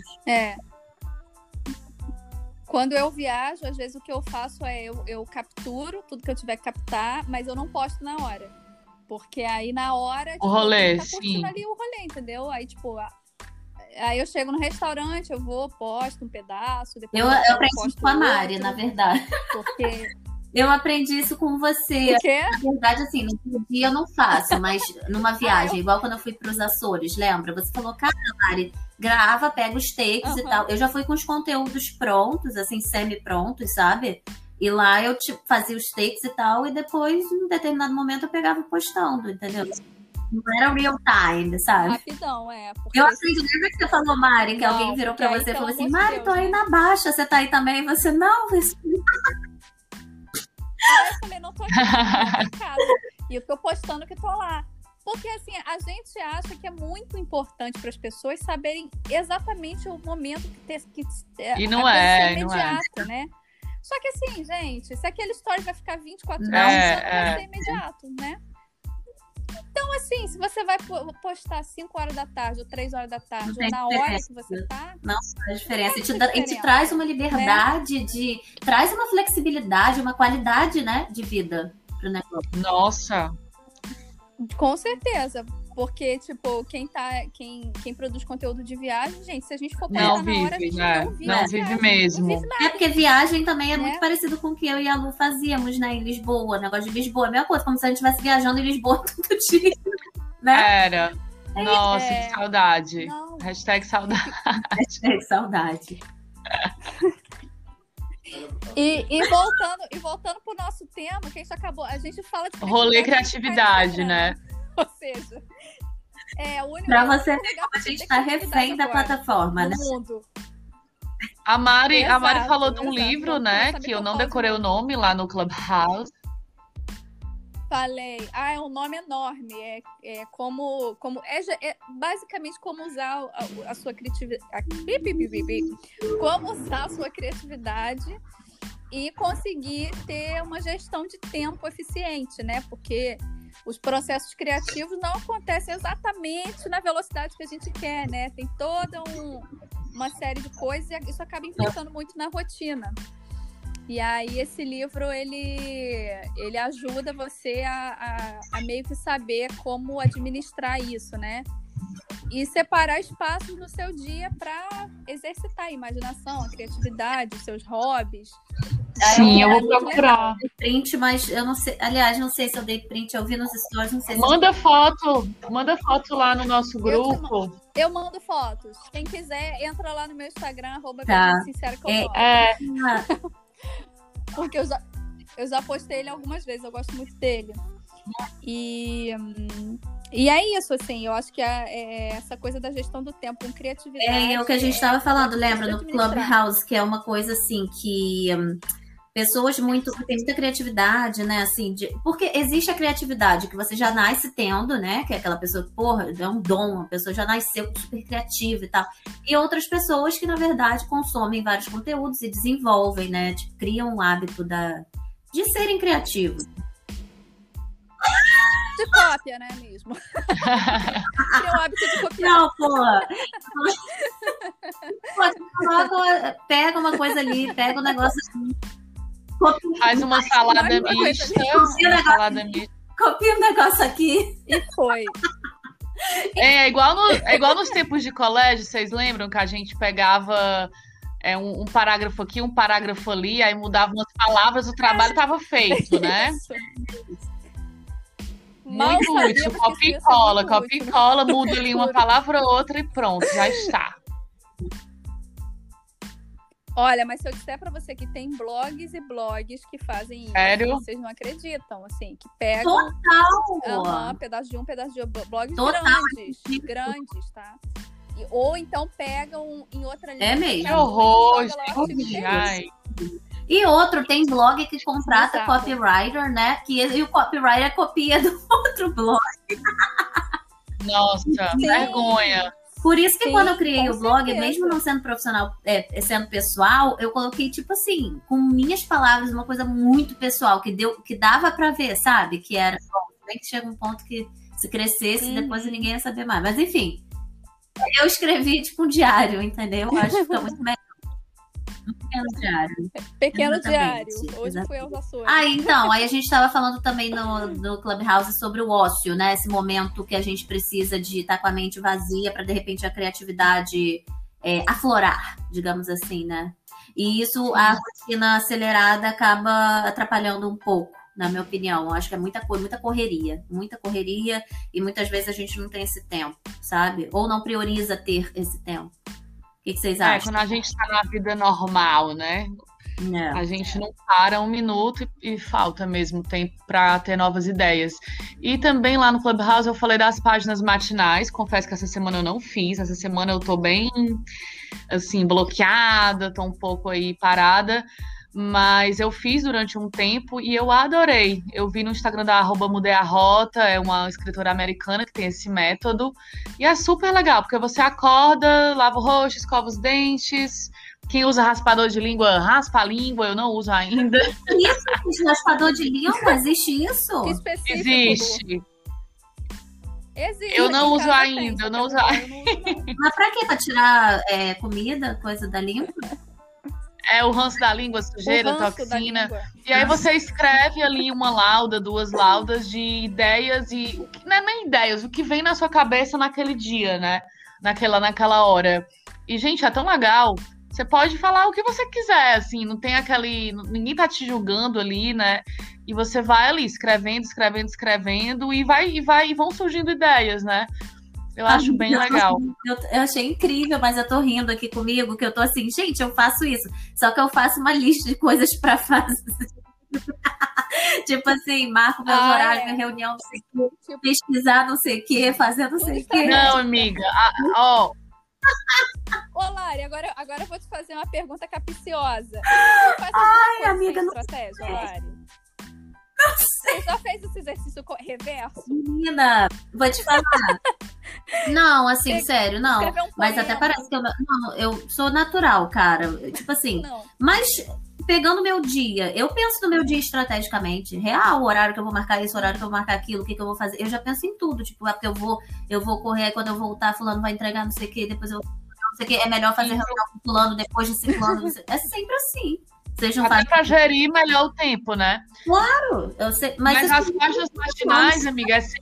Quando eu viajo, às vezes o que eu faço é eu capturo tudo que eu tiver que captar, mas eu não posto na hora. Porque aí na hora, tipo, o rolê, tá curtindo ali o rolê, entendeu? Aí, tipo, aí eu chego no restaurante, eu vou, posto um pedaço, depois eu aprendi isso com a Mari, na verdade. Porque... Eu aprendi isso com você. O quê? Na verdade, assim, no dia eu não faço, mas numa viagem, igual quando eu fui para os Açores, lembra? Você falou, cara, Mari, grava, pega os takes e tal. Eu já fui com os conteúdos prontos, assim, semi-prontos, sabe? E lá eu fazia os takes e tal, e depois, em determinado momento, eu pegava postando, entendeu? Não era real time, sabe? Rapidão, porque... Eu aprendi, lembra que você falou, Mari, que alguém virou pra você e falou assim, Mari, tô aí na Baixa, você tá aí também? E você, não, isso... eu também não tô aqui, em casa. E eu tô postando que tô lá. Porque, assim, a gente acha que é muito importante para as pessoas saberem exatamente o momento e não é imediato, né? Só que, assim, gente, se aquele story vai ficar 24 horas, não vai ser imediato, né? Então, assim, se você vai postar 5 horas da tarde ou 3 horas da tarde, ou na hora que você tá... Não faz diferença. E te traz uma liberdade, né? Traz uma flexibilidade, uma qualidade, né, de vida pro negócio. Nossa! Com certeza. Porque, tipo, quem produz conteúdo de viagem, gente, se a gente for postar na hora, a gente não vive mesmo. Não vive nada. Porque viagem também é muito parecido com o que eu e a Lu fazíamos, né, em Lisboa. O negócio de Lisboa é a mesma coisa, como se a gente estivesse viajando em Lisboa todo dia, né? Era. Nossa, que saudade. Não. Hashtag saudade. Hashtag saudade. E voltando pro nosso tema, que a gente fala de rolê criatividade, né? Ou seja, o único pra você ver como a gente tá refém da plataforma, né? Mundo. A Mari falou de um livro, né? Que eu não decorei o nome lá no Clubhouse. Falei. É um nome enorme. É basicamente como usar a sua criatividade. Como usar a sua criatividade e conseguir ter uma gestão de tempo eficiente, né? Porque os processos criativos não acontecem exatamente na velocidade que a gente quer, né? Tem toda uma série de coisas e isso acaba impactando muito na rotina. E aí esse livro, ele ajuda você a meio que saber como administrar isso, né? E separar espaços no seu dia para exercitar a imaginação, a criatividade, os seus hobbies. Sim, eu vou procurar. Print, mas eu não sei. Aliás, não sei se eu dei print, eu vi nos stories, não sei se manda foto lá no nosso grupo. Eu mando fotos. Quem quiser, entra lá no meu Instagram, @sincera que eu gosto. Porque eu já postei ele algumas vezes, eu gosto muito dele. E é isso, assim, eu acho que é essa coisa da gestão do tempo com criatividade. É o que a gente estava falando, lembra? No Clubhouse, que é uma coisa assim que pessoas tem muita criatividade, né? Assim, porque existe a criatividade que você já nasce tendo, né? Que é aquela pessoa, é um dom, a pessoa já nasceu super criativa e tal. E outras pessoas que, na verdade, consomem vários conteúdos e desenvolvem, né? Tipo, criam o hábito de serem criativos. De cópia, né, mesmo? Tem o hábito de copiar. Não, pega uma coisa ali, pega um negócio assim. Faz uma salada mista. Copia um negócio aqui. E foi. É igual nos tempos de colégio, vocês lembram que a gente pegava um parágrafo aqui, um parágrafo ali, aí mudava umas palavras, o trabalho estava feito, né? Muito útil, copia e cola, muda ali uma palavra ou outra e pronto, já está. Olha, mas se eu disser pra você que tem blogs e blogs que fazem isso, sério? Vocês não acreditam, assim, que pegam pedaço de blogs grandes, tá? Ou então pegam em outra língua. É mesmo. Que horror, E outro, tem blog que contrata copywriter, né? E o copywriter copia do outro blog. Nossa, vergonha. Por isso que quando eu criei o blog, mesmo não sendo profissional, sendo pessoal, eu coloquei, tipo assim, com minhas palavras, uma coisa muito pessoal, que dava pra ver, sabe? Que era, bem que chega um ponto que se crescesse, depois ninguém ia saber mais. Mas enfim, eu escrevi tipo um diário, entendeu? Eu acho que fica muito melhor. Um pequeno diário. Pequeno diário. Hoje foi aos Açores. Então, aí a gente estava falando também no Clubhouse sobre o ócio, né? Esse momento que a gente precisa de estar com a mente vazia para, de repente, a criatividade aflorar, digamos assim, né? E isso, a rotina acelerada acaba atrapalhando um pouco, na minha opinião. Eu acho que é muita correria e muitas vezes a gente não tem esse tempo, sabe? Ou não prioriza ter esse tempo. O que vocês acham? Quando a gente está na vida normal, né? A gente não para um minuto e falta mesmo tempo para ter novas ideias. E também lá no Clubhouse eu falei das páginas matinais. Confesso que essa semana eu não fiz. Essa semana eu tô bem, assim, bloqueada, tô um pouco aí parada. Mas eu fiz durante um tempo e eu adorei. Eu vi no Instagram da @mudei a rota, é uma escritora americana que tem esse método. E é super legal, porque você acorda, lava o rosto, escova os dentes. Quem usa raspador de língua, raspa a língua, eu não uso ainda. Isso, raspador de língua, existe isso? Que específico. Existe. Existe. Eu não Aqui em uso casa ainda, tem, eu não uso eu não ainda. uso, não. Mas pra quê? Pra tirar comida, coisa da língua? É o ranço da língua, sujeira, O ranço da toxina. língua. E aí você escreve ali uma lauda, 2 laudas de ideias e... Não é nem ideias, o que vem na sua cabeça naquele dia, né? Naquela hora. E, gente, é tão legal. Você pode falar o que você quiser, assim, não tem aquele... Ninguém tá te julgando ali, né? E você vai ali escrevendo e vão surgindo ideias, né? Eu acho bem legal. Eu achei incrível, mas eu tô rindo aqui comigo, que eu tô assim, gente, eu faço isso. Só que eu faço uma lista de coisas pra fazer. Tipo assim, marco meus horários, minha reunião, não sei o quê, pesquisar não sei o quê, fazer não sei o quê. Não, amiga, Ô, Lari, agora eu vou te fazer uma pergunta capciosa. Você faz alguma amiga, sem não estratégia, Lari? sei. Você já fez esse exercício reverso? Menina, vou te falar. Não, assim, sério, não. Escrever um Mas poema. até parece que eu sou natural, cara. Tipo assim, Não. mas pegando o meu dia, eu penso no meu dia estrategicamente. Real, o horário que eu vou marcar isso, o horário que eu vou marcar aquilo, o que eu vou fazer. Eu já penso em tudo. Tipo, porque eu vou correr, quando eu voltar, fulano vai entregar não sei o quê, depois eu vou não sei o quê. É melhor fazer reunião com fulano depois de ciclano. É sempre assim. Vocês não até fazem. pra gerir melhor o tempo, né? Claro, eu sei. Mas Mas as páginas matinais, amiga, é assim,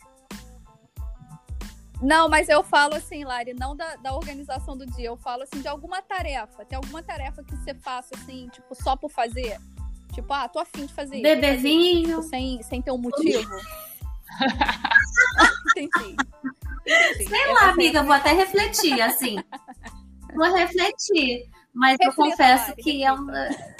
Não, mas eu falo assim, Lari, não da organização do dia. Eu falo assim de alguma tarefa. Tem alguma tarefa que você faça assim, tipo, só por fazer? Tipo, tô afim de fazer isso. beber vinho. Tipo, sem ter um motivo. Entendi. Sei lá, amiga, vou até refletir, assim. Vou refletir. Mas eu Reflita, confesso Lari, que reflita.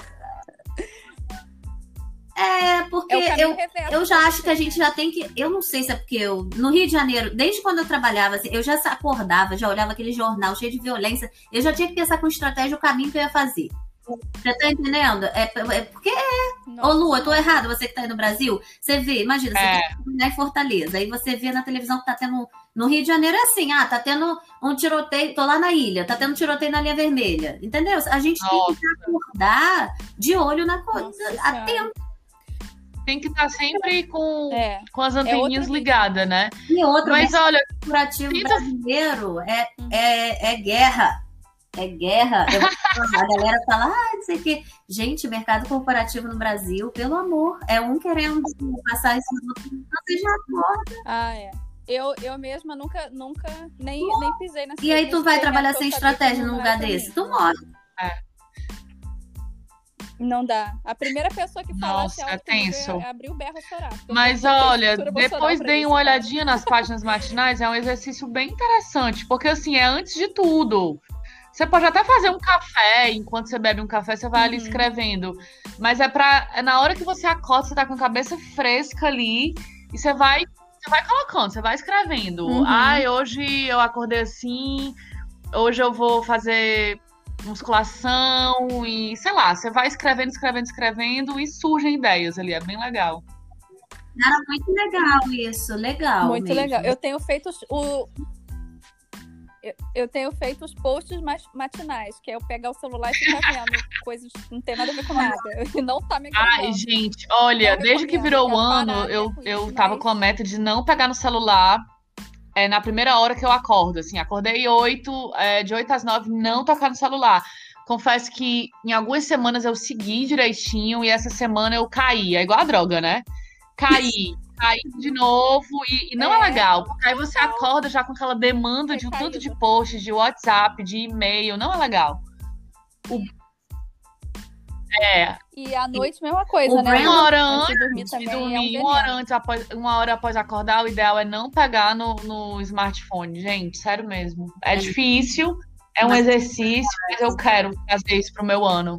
porque É o caminho reverso, eu já acho que a gente já tem que. Eu não sei se é porque no Rio de Janeiro, desde quando eu trabalhava, assim, eu já acordava, já olhava aquele jornal cheio de violência, eu já tinha que pensar com estratégia o caminho que eu ia fazer. Você tá entendendo? É porque Nossa. Ô, Lu, eu tô errada, você que tá aí no Brasil, você vê, imagina, você tá em Fortaleza, aí você vê na televisão que tá tendo. No Rio de Janeiro é assim, tá tendo um tiroteio, tô lá na ilha, tá tendo um tiroteio na linha vermelha, entendeu? A gente tem que acordar de olho na coisa, atento. tem que estar sempre com as outra anteninhas vida. ligadas, né? E outro, Mas olha, o curativo brasileiro é guerra. É guerra. A galera fala, não sei o quê. Gente, mercado corporativo no Brasil, pelo amor, é um querendo passar isso no outro. Você já acorda. Eu mesma nunca nem pisei nessa. E aí tu vai trabalhar sem estratégia num lugar desse? Tu morre. Não dá. A primeira pessoa que fala Nossa, assim, é tenso. abrir o berro e chorar. Mas olha, depois dei uma olhadinha nas páginas matinais, é um exercício bem interessante, porque assim, é antes de tudo. Você pode até fazer um café, enquanto você bebe um café, você vai ali escrevendo. Mas é na hora que você acorda, você tá com a cabeça fresca ali, e você vai colocando, você vai escrevendo. Hoje eu acordei assim, hoje eu vou fazer musculação e, sei lá, você vai escrevendo e surgem ideias ali, é bem legal. Era muito legal isso, legal. Muito mesmo. legal. Eu tenho feito os posts matinais, que é eu pegar o celular e ficar vendo coisas que não tem nada a ver com nada. E não tá me agradando. Ai, gente, olha, desde que virou o ano, eu tava com a meta de não pegar no celular na primeira hora que eu acordo, assim, acordei de 8 às 9, não tocar no celular. Confesso que em algumas semanas eu segui direitinho e essa semana eu caí, é igual a droga, né? Caí de novo e não é legal, porque aí você acorda já com aquela demanda de um tanto de posts, de WhatsApp, de e-mail, não é legal. E à noite, mesma coisa, né? Uma hora antes de dormir, uma hora após acordar, o ideal é não pegar no smartphone, gente, sério mesmo. É difícil, é um exercício, mas eu quero fazer isso pro meu ano.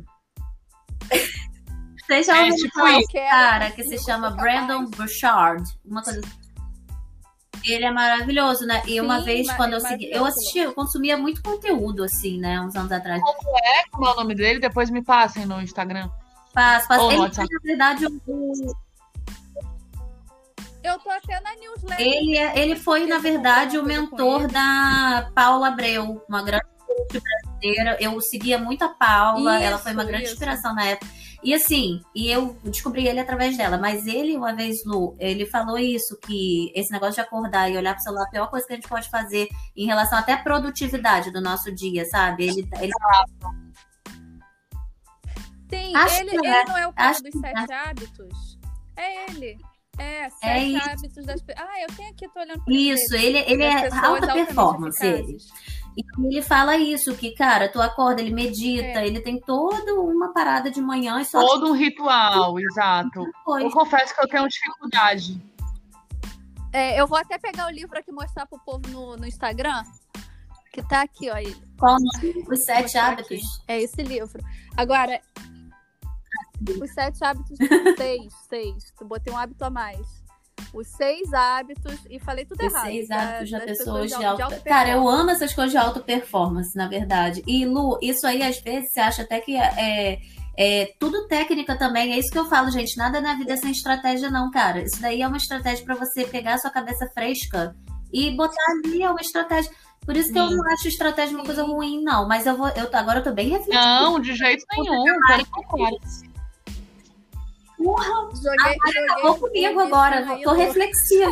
Você já ouviu tipo falar isso. cara que se chama Brandon Burchard, uma coisa assim. Ele é maravilhoso, né? E uma vez, quando eu consumia muito conteúdo, assim, né? Uns anos atrás. Como é o nome dele? Depois me passem no Instagram. Passo. Ou no Ele, WhatsApp. na verdade, Eu tô até na newsletter. ele foi, na verdade, o mentor da Paula Abreu, uma grande brasileira. Eu seguia muito a Paula, ela foi uma grande inspiração na época. E assim, eu descobri ele através dela, mas ele, uma vez, Lu, ele falou isso, que esse negócio de acordar e olhar pro celular é a pior coisa que a gente pode fazer em relação até à produtividade do nosso dia, sabe? Ele Sim, Acho ele que não é o cara acho dos que 7 hábitos? É ele. Sete isso. hábitos das pessoas. Eu tenho aqui, tô olhando pra Isso, ele das é pessoas alta altamente performance, ele. eficazes. E ele fala isso, que, cara, tu acorda, ele medita, ele tem toda uma parada de manhã e só Todo um ritual, exato. Eu depois. confesso que eu tenho dificuldade. Eu vou até pegar o livro aqui e mostrar pro povo no Instagram, que tá aqui, ó. Ele. Qual o nome? Os 7 mostrar hábitos. aqui. É esse livro. Agora, os 7 hábitos, 6. Tu botei um hábito a mais. Os 6 hábitos, e falei tudo Os errado. 6 hábitos da das pessoas de alta alta... Cara, eu amo essas coisas de alta performance, na verdade. E, Lu, isso aí, às vezes, você acha até que é tudo técnica também. É isso que eu falo, gente. Nada na vida é sem estratégia, não, cara. Isso daí é uma estratégia pra você pegar a sua cabeça fresca e botar ali, é uma estratégia. Por isso que eu não acho estratégia uma coisa ruim, não. Mas agora eu tô bem reflexiva. Não, de jeito nenhum. Pelo contrário. Joguei Acabou comigo agora. Tô reflexiva.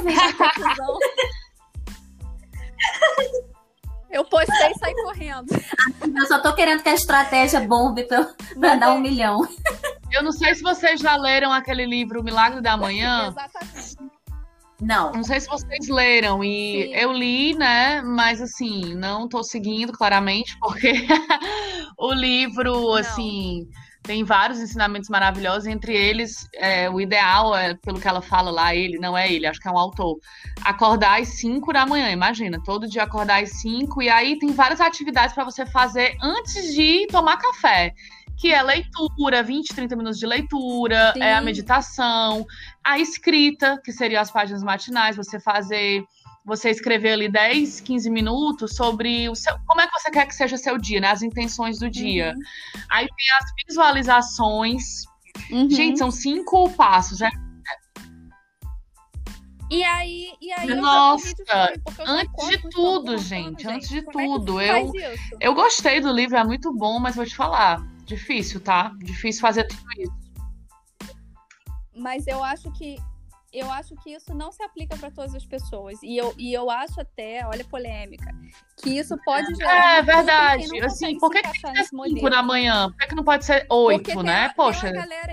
Eu postei e saí correndo. Eu só tô querendo que a estratégia bombe pra dar 1 milhão. Eu não sei se vocês já leram aquele livro O Milagre da Manhã. Exatamente. Não sei se vocês leram, e Sim. eu li, né? Mas assim, não tô seguindo claramente, porque o livro, assim, tem vários ensinamentos maravilhosos, entre eles, o ideal, pelo que ela fala lá, não é ele, acho que é um autor, acordar às 5 da manhã, imagina, todo dia acordar às 5, e aí tem várias atividades para você fazer antes de tomar café, que é leitura, 20, 30 minutos de leitura, Sim. a meditação, a escrita, que seriam as páginas matinais, você escrever ali 10, 15 minutos sobre como é que você quer que seja seu dia, né? As intenções do dia. Aí tem as visualizações. Gente, são 5 passos, né? E aí Nossa, eu também, porque eu já antes conto de com tudo, todo gente, mundo, antes de como é que tudo, se faz isso? eu gostei do livro, é muito bom, mas vou te falar, difícil, tá? Difícil fazer tudo isso. Mas eu acho que isso não se aplica para todas as pessoas. E eu acho até, olha a polêmica, que isso pode gerar. É verdade. quem não Assim, consegue por que se tem encaixar que ser nesse 5 modelo. da manhã? Por que não pode ser Porque 8, né? tem Poxa. uma galera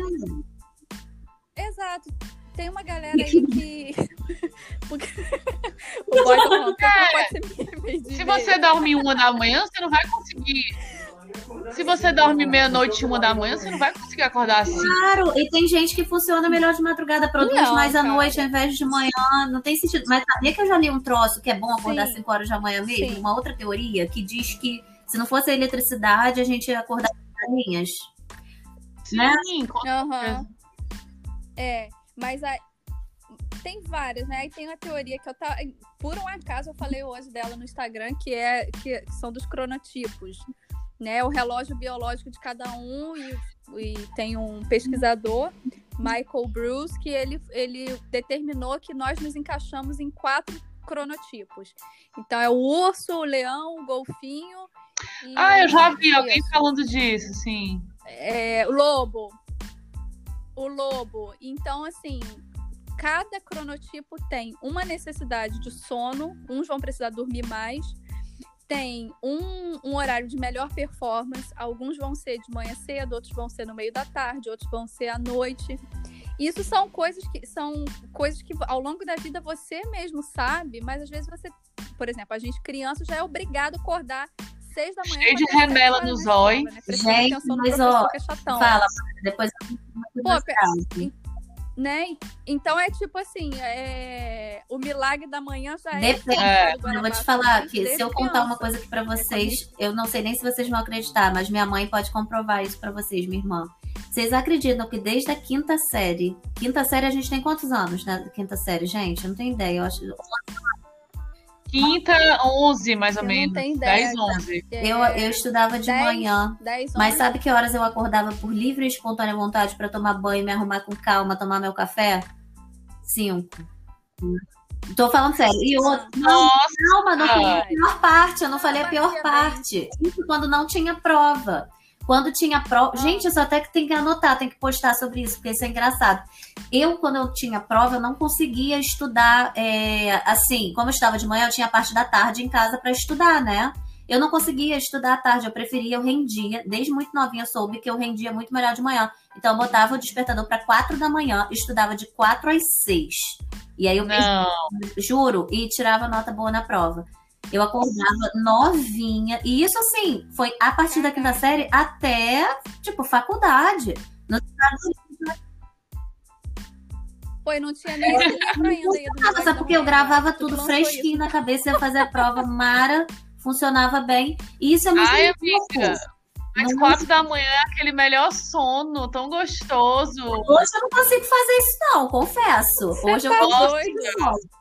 Exato. Tem uma galera aí que. Porque... o boy tá falando, não pode ser meio de Se você dorme 1 da manhã, você não vai conseguir. Se você dorme meia-noite e 1 da manhã, você não vai conseguir acordar assim. Claro, e tem gente que funciona melhor de madrugada, produz Não, mais à cara. noite ao invés de manhã, não tem sentido. Mas sabia que eu já li um troço que é bom acordar Sim. 5 horas da manhã mesmo? Sim. Uma outra teoria que diz que se não fosse a eletricidade, a gente ia acordar com galinhas. Né? Sim, com Aham. Mas tem várias, né? Aí tem uma teoria que por um acaso eu falei hoje dela no Instagram, que são dos cronotipos, né? O relógio biológico de cada um, e tem um pesquisador, Michael Bruce, que ele determinou que nós nos encaixamos em 4 cronotipos. Então é o urso, o leão, o golfinho e eu já vi alguém isso. falando disso, sim. O lobo. Então, assim, cada cronotipo tem uma necessidade de sono, uns vão precisar dormir mais, tem um horário de melhor performance, alguns vão ser de manhã cedo, outros vão ser no meio da tarde, outros vão ser à noite. Isso são coisas que ao longo da vida você mesmo sabe, mas às vezes você, por exemplo, a gente criança já é obrigado a acordar 6 da manhã. Cheio de remela no zóio. Né? Gente, mas ó, fala, depois né? Então é tipo assim, o milagre da manhã já Eu vou te falar que se eu contar uma coisa aqui pra vocês, eu não sei nem se vocês vão acreditar, mas minha mãe pode comprovar isso pra vocês, minha irmã. Vocês acreditam que desde a quinta série a gente tem quantos anos na quinta série, gente? Eu não tenho ideia, eu acho. quinta, 11, mais ou Você não menos. tem ideia. 10, 11. Eu estudava de 10, manhã. 10, Mas 11. sabe que horas eu acordava por livre e espontânea vontade para tomar banho, me arrumar com calma, tomar meu café? 5. Tô falando sério. E outra, Nossa! calma, não falei a pior parte. Eu não falei a pior Fazia parte. Isso quando não tinha prova. Quando tinha prova. Gente, eu só até que tenho que anotar, tem que postar sobre isso, porque isso é engraçado. Quando eu tinha prova, eu não conseguia estudar assim. Como eu estava de manhã, eu tinha a parte da tarde em casa para estudar, né? Eu não conseguia estudar à tarde, eu rendia. Desde muito novinha eu soube que eu rendia muito melhor de manhã. Então eu botava o despertador para 4 da manhã, estudava de 4 às 6. E aí eu juro, e tirava nota boa na prova. Eu acordava novinha. E isso, assim, foi a partir da quinta série até, tipo, faculdade. Foi, não tinha nem esse livro ainda. Sabe porque eu gravava tudo fresquinho na cabeça, ia fazer a prova, Mara, funcionava bem. E isso é muito amiga, às 4 da manhã é aquele melhor sono, tão gostoso. Hoje eu não consigo fazer isso, não, confesso. Hoje eu doido.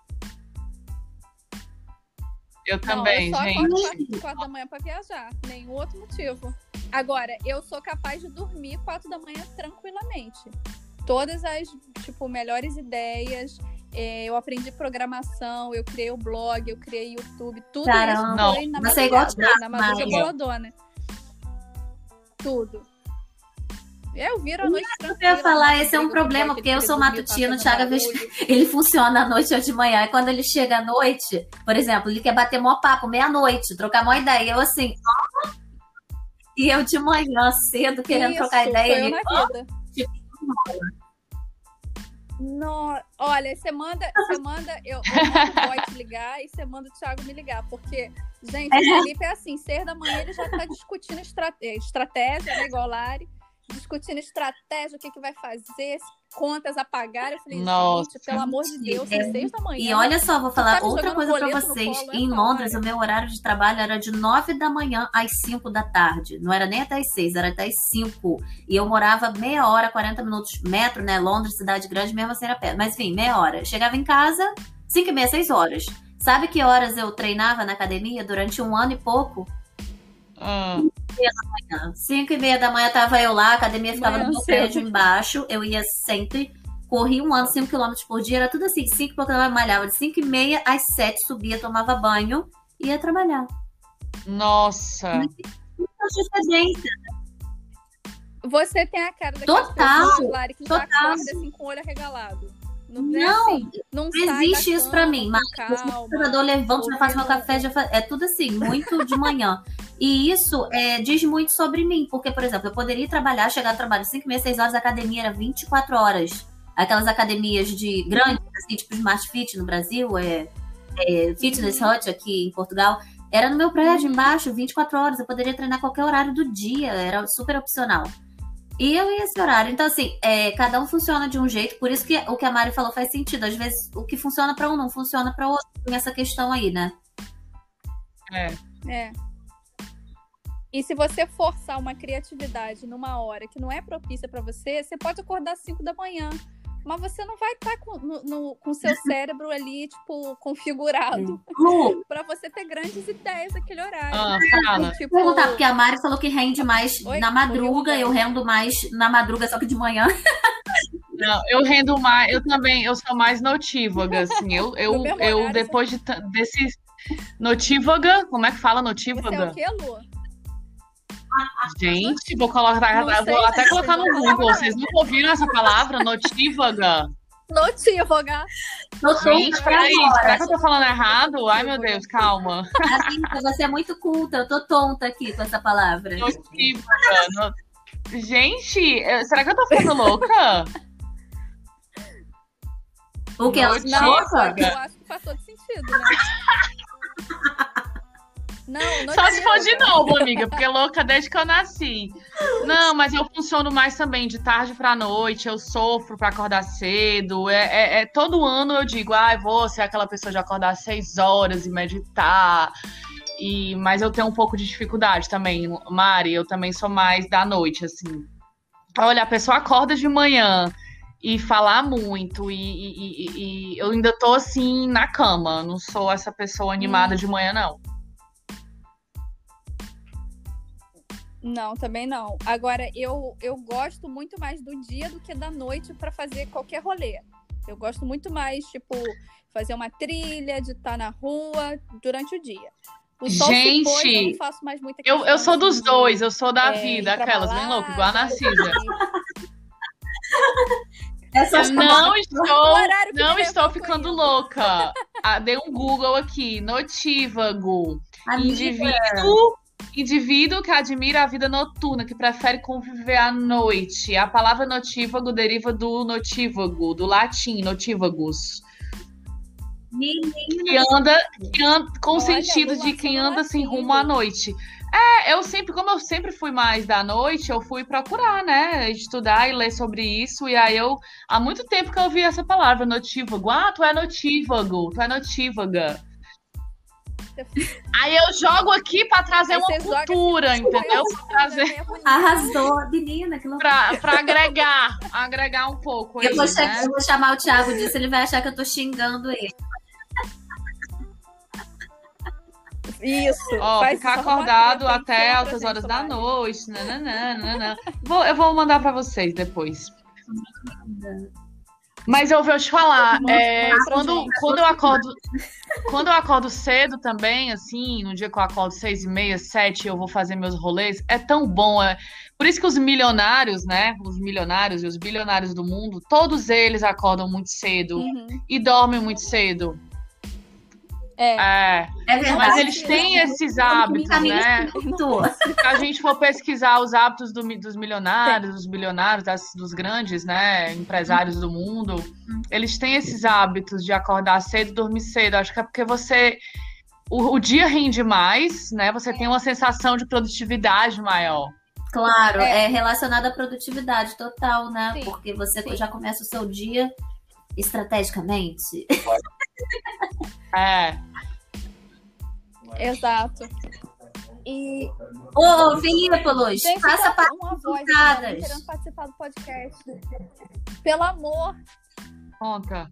Eu também, eu só gente. às 4 da manhã pra viajar. Nenhum outro motivo. Agora, eu sou capaz de dormir 4 da manhã tranquilamente. Todas as, tipo, melhores ideias. Eu aprendi programação, eu criei o blog, eu criei YouTube. Tudo isso foi na madrugada boladona. Tudo. Eu viro a noite tranquila. Eu ia falar, esse é um problema, porque eu sou matutino, o Thiago, ele funciona à noite ou de manhã. E quando ele chega à noite, por exemplo, ele quer bater mó papo, meia-noite, trocar mó ideia. Eu assim, e eu de manhã, cedo, querendo trocar ideia. Eu na vida. Não, olha, você manda, eu mando o te ligar e você manda o Thiago me ligar, porque, gente, o Felipe é assim, 6 da manhã ele já tá discutindo estratégia, né, igual o Lari, discutindo estratégia, o que vai fazer, contas a pagar. Eu falei, gente, pelo amor de Deus, é 6 da manhã. E olha só, vou falar outra coisa pra vocês. Em Londres, o meu horário de trabalho era de 9 da manhã às 5 da tarde. Não era nem até as 6, era até as 5. E eu morava meia hora, 40 minutos, metro, né? Londres, cidade grande, mesmo assim era perto. Mas enfim, meia hora. Chegava em casa, 5h30, 6 horas. Sabe que horas eu treinava na academia durante 1 ano e pouco? 5h30 da manhã tava eu lá, a academia ficava no meu prédio embaixo, eu ia sempre, corri 1 ano, 5 km por dia, era tudo assim, 5 porque eu malhava de 5h30 às 7, subia, tomava banho e ia trabalhar. Nossa! Você tem a cara daquelas pessoas, Lari, que já acorda assim com o olho arregalado. Não existe isso pra mim. Mas o computador levanto, já faço meu café, é tudo assim, muito de manhã. E isso diz muito sobre mim, porque, por exemplo, eu poderia trabalhar, chegar ao trabalho 5h30, 6 horas, a academia era 24 horas. Aquelas academias de grandes, assim, tipo Smart Fit no Brasil, Fitness Hut aqui em Portugal, era no meu prédio embaixo, 24 horas. Eu poderia treinar qualquer horário do dia, era super opcional. E eu ia esse horário. Então, assim, cada um funciona de um jeito. Por isso que o que a Mari falou faz sentido. Às vezes, o que funciona para um não funciona para outro. Tem essa questão aí, né? E se você forçar uma criatividade numa hora que não é propícia para você, você pode acordar às 5 da manhã. Mas você não vai estar com o seu cérebro ali, tipo, configurado para você ter grandes ideias naquele horário. Fala. Vou perguntar, porque a Mari falou que rende mais na madruga, eu rendo mais na madruga, só que de manhã. Não, eu rendo mais, eu sou mais notívaga, assim, eu depois desse notívaga, como é que fala notívaga? Você é o quê, Lu? Gente, vou até colocar no Google. Vocês nunca ouviram essa palavra? Notívaga. Notívaga. Gente, peraí. Será que eu tô falando errado? Ai, meu Deus, calma. Amiga, você é muito culta. Eu tô tonta aqui com essa palavra. Notívaga. Gente, será que eu tô ficando louca? O que? Não, eu acho que faz todo sentido, né? Não, só se for de novo, amiga, porque louca desde que eu nasci. Não, mas eu funciono mais também de tarde pra noite, eu sofro pra acordar cedo. Todo ano eu digo, vou ser aquela pessoa de acordar às 6 horas e meditar. Mas eu tenho um pouco de dificuldade também, Mari, eu também sou mais da noite, assim. Olha, a pessoa acorda de manhã e falar muito. E eu ainda tô assim na cama. Não sou essa pessoa animada de manhã, não. Não, também não. Agora, eu gosto muito mais do dia do que da noite para fazer qualquer rolê. Eu gosto muito mais, tipo, fazer uma trilha, de estar na rua durante o dia. O sol se pôs, eu não faço mais muita questão. Eu sou dos dois, eu sou da vida, aquelas bem loucas, igual a Narcisa. Não estou ficando louca. Dei um Google aqui, notívago. Indivíduo que admira a vida noturna, que prefere conviver à noite. A palavra notívago deriva do notívago, do latim, notívagus. Que anda com o sentido de quem anda sem rumo à noite. Como eu sempre fui mais da noite, eu fui procurar, né? Estudar e ler sobre isso. E aí há muito tempo que eu ouvi essa palavra, notívago. Tu é notívago, tu é notívaga. Aí eu jogo aqui pra trazer uma cultura, entendeu? Arrasou, menina, que loucura. Pra agregar um pouco. Eu vou chamar o Thiago disso, ele vai achar que eu tô xingando ele. Isso. Ficar acordado até altas horas da noite. Eu vou mandar pra vocês depois. Mas eu vou te falar, quando eu acordo cedo também, assim, no dia que eu acordo 6h30, 7, eu vou fazer meus rolês, é tão bom. Por isso que os milionários, né, os milionários e os bilionários do mundo, todos eles acordam muito cedo e dormem muito cedo. É verdade. Mas eles têm esses hábitos, né? Se a gente for pesquisar os hábitos dos milionários, dos bilionários, dos grandes, né, empresários do mundo, eles têm esses hábitos de acordar cedo e dormir cedo. Acho que é porque o dia rende mais, né? Você tem uma sensação de produtividade maior. Claro, é relacionado à produtividade total, né? Sim. Porque você já começa o seu dia estrategicamente. Exato. E... Filipe, Luz, faça participadas. Querendo participar do podcast. Pelo amor. Conta.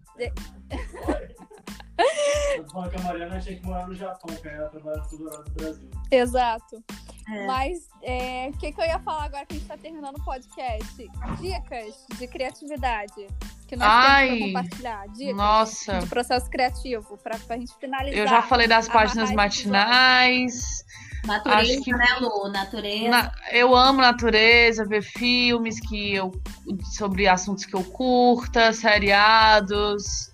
Eu tô falando que a Mariana tinha que morar no Japão, que ela trabalha tudo lá no Brasil. Exato. Mas o que eu ia falar agora que a gente tá terminando o podcast? Dicas de criatividade que nós temos pra compartilhar. Dicas de processo criativo pra gente finalizar. Eu já falei das páginas matinais. Natureza, né, Lu? Natureza. Eu amo natureza, ver filmes sobre assuntos que eu curta, seriados.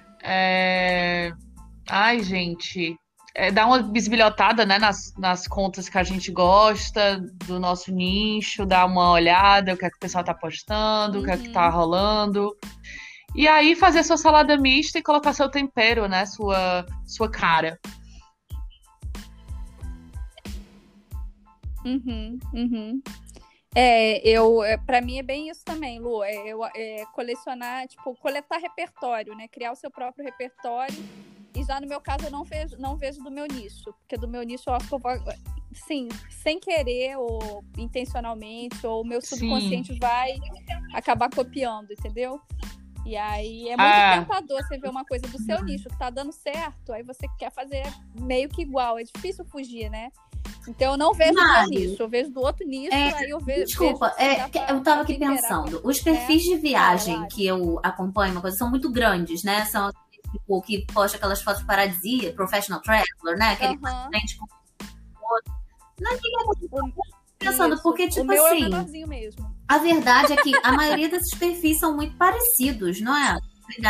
Gente, dá uma bisbilhotada, né, nas contas que a gente gosta, do nosso nicho, dar uma olhada, o que é que o pessoal tá postando, o que é que tá rolando. E aí fazer sua salada mista e colocar seu tempero, né, sua cara. Pra mim é bem isso também, Lu. Colecionar, coletar repertório, né? Criar o seu próprio repertório. E já no meu caso eu não vejo do meu nicho. Porque do meu nicho eu acho que eu vou, sim, sem querer ou intencionalmente, ou o meu subconsciente vai acabar copiando, entendeu? E aí é muito tentador você ver uma coisa do seu nicho que tá dando certo, aí você quer fazer meio que igual. É difícil fugir, né? Então eu não vejo do meu nicho, eu vejo do outro nicho, aí eu vejo... Desculpa, eu tava aqui pensando, os perfis de viagem que eu acompanho, uma coisa, são muito grandes, né? São tipo, que posta aquelas fotos paradisíacas, professional traveler, né? Aquele pensando, isso. Porque, tipo o meu assim, é o menorzinho mesmo. A verdade é que a maioria desses perfis são muito parecidos, não é?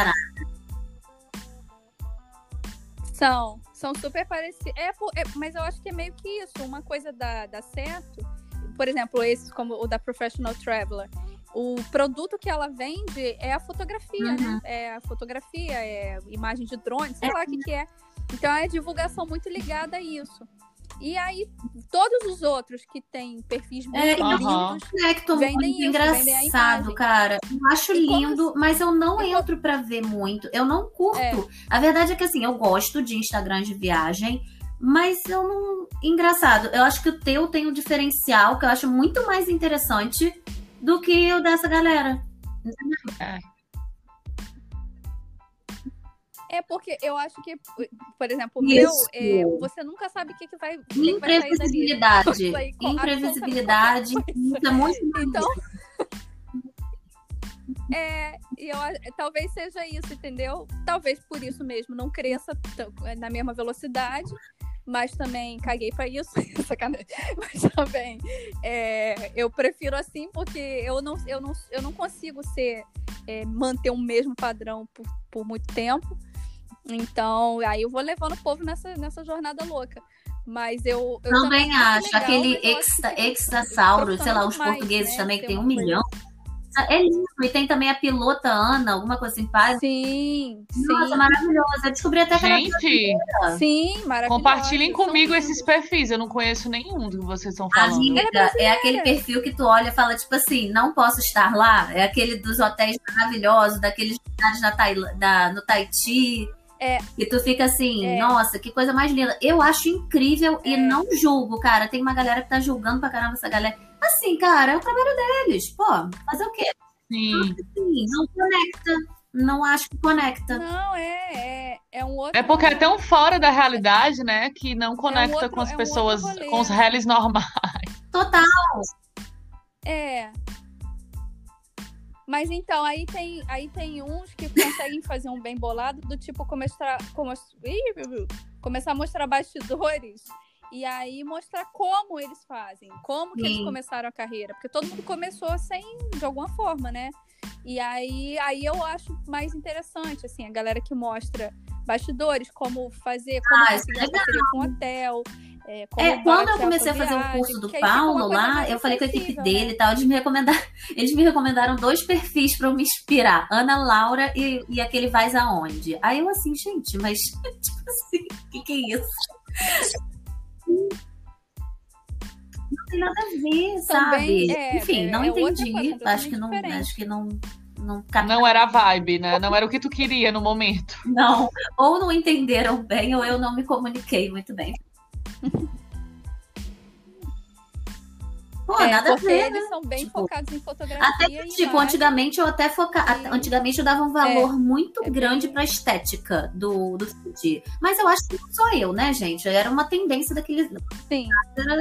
São super parecidos. Mas eu acho que é meio que isso. Uma coisa dá certo. Por exemplo, esses como o da Professional Traveler. O produto que ela vende é a fotografia, né? É a fotografia, é imagem de drone, sei lá o que é. Então é a divulgação muito ligada a isso. E aí, todos os outros que têm perfis muito lindos vendem muito engraçado, cara. Eu acho lindo, mas eu não entro pra ver muito. Eu não curto. A verdade é que, assim, eu gosto de Instagram de viagem, mas eu não... Engraçado. Eu acho que o teu tem um diferencial que eu acho muito mais interessante do que o dessa galera. É porque eu acho que, por exemplo, você nunca sabe o que vai Imprevisibilidade. Imprevisibilidade. Isso é muito então, talvez seja isso, entendeu? Talvez por isso mesmo não cresça na mesma velocidade, mas também caguei pra isso, sacanagem. Mas também eu prefiro assim porque eu não consigo manter o mesmo padrão por muito tempo. Então, aí eu vou levando o povo nessa jornada louca. Mas eu também acho. Legal, aquele Exasaurus, sei lá, os portugueses também, que tem 1 milhão. É lindo. E tem também a pilota Ana, alguma coisa assim, pai. Sim, Nossa, maravilhosa. Eu descobri até que gente, sim, maravilhosa. Compartilhem comigo esses perfis. Eu não conheço nenhum do que vocês estão falando. Amiga, é aquele perfil que tu olha e fala, tipo assim, não posso estar lá. É aquele dos hotéis maravilhosos, daqueles lugares no Tahiti. E tu fica assim, nossa, que coisa mais linda. Eu acho incrível e não julgo, cara. Tem uma galera que tá julgando pra caramba essa galera. Assim, cara, é o trabalho deles. Pô, fazer o quê? Sim. Não conecta. Não acho que conecta. Não, é um outro... É porque é tão fora da realidade, né? Que não conecta com as pessoas, com os réis normais. Total. Mas então, aí tem uns que conseguem fazer um bem bolado, do tipo começar a mostrar bastidores e aí mostrar como eles fazem, como que eles começaram a carreira. Porque todo mundo começou de alguma forma, né? E aí eu acho mais interessante, assim, a galera que mostra bastidores, como conseguir parceria com hotel. Quando eu comecei a fazer o curso do Paulo lá, eu falei com a equipe dele e tal, eles me recomendaram 2 perfis pra eu me inspirar, Ana Laura e aquele Vais Aonde. Aí eu assim, gente, mas tipo assim, que é isso? Não tem nada a ver, sabe? Enfim, não entendi. Acho que não era a vibe, né? Não era o que tu queria no momento. Não, ou não entenderam bem, ou eu não me comuniquei muito bem. Pô, nada a ver, eles são bem focados em fotografia. Até antigamente eu até antigamente eu dava um valor muito grande pra estética do feed. Mas eu acho que não sou eu, né, gente? Era uma tendência daqueles. Sim.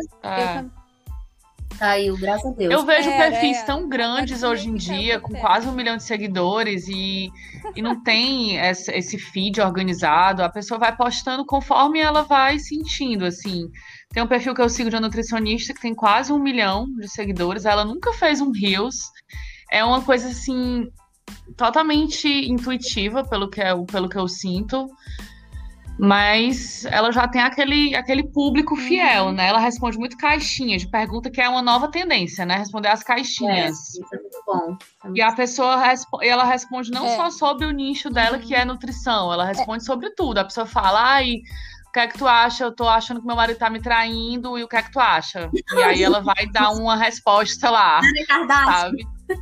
Caiu, graças a Deus. Eu vejo perfis tão grandes hoje em dia, com quase 1 milhão de seguidores, e não tem esse feed organizado. A pessoa vai postando conforme ela vai sentindo, assim. Tem um perfil que eu sigo de uma nutricionista que tem quase 1 milhão de seguidores. Ela nunca fez um Reels. É uma coisa, assim, totalmente intuitiva, pelo que eu sinto. Mas ela já tem aquele público fiel, né? Ela responde muito caixinha de pergunta, que é uma nova tendência, né? Responder as caixinhas. Isso é muito bom. E a pessoa ela responde não só sobre o nicho dela, que é nutrição. Ela responde sobre tudo. A pessoa fala, o que é que tu acha? Eu tô achando que meu marido tá me traindo, e o que é que tu acha? E aí ela vai dar uma resposta lá, sabe?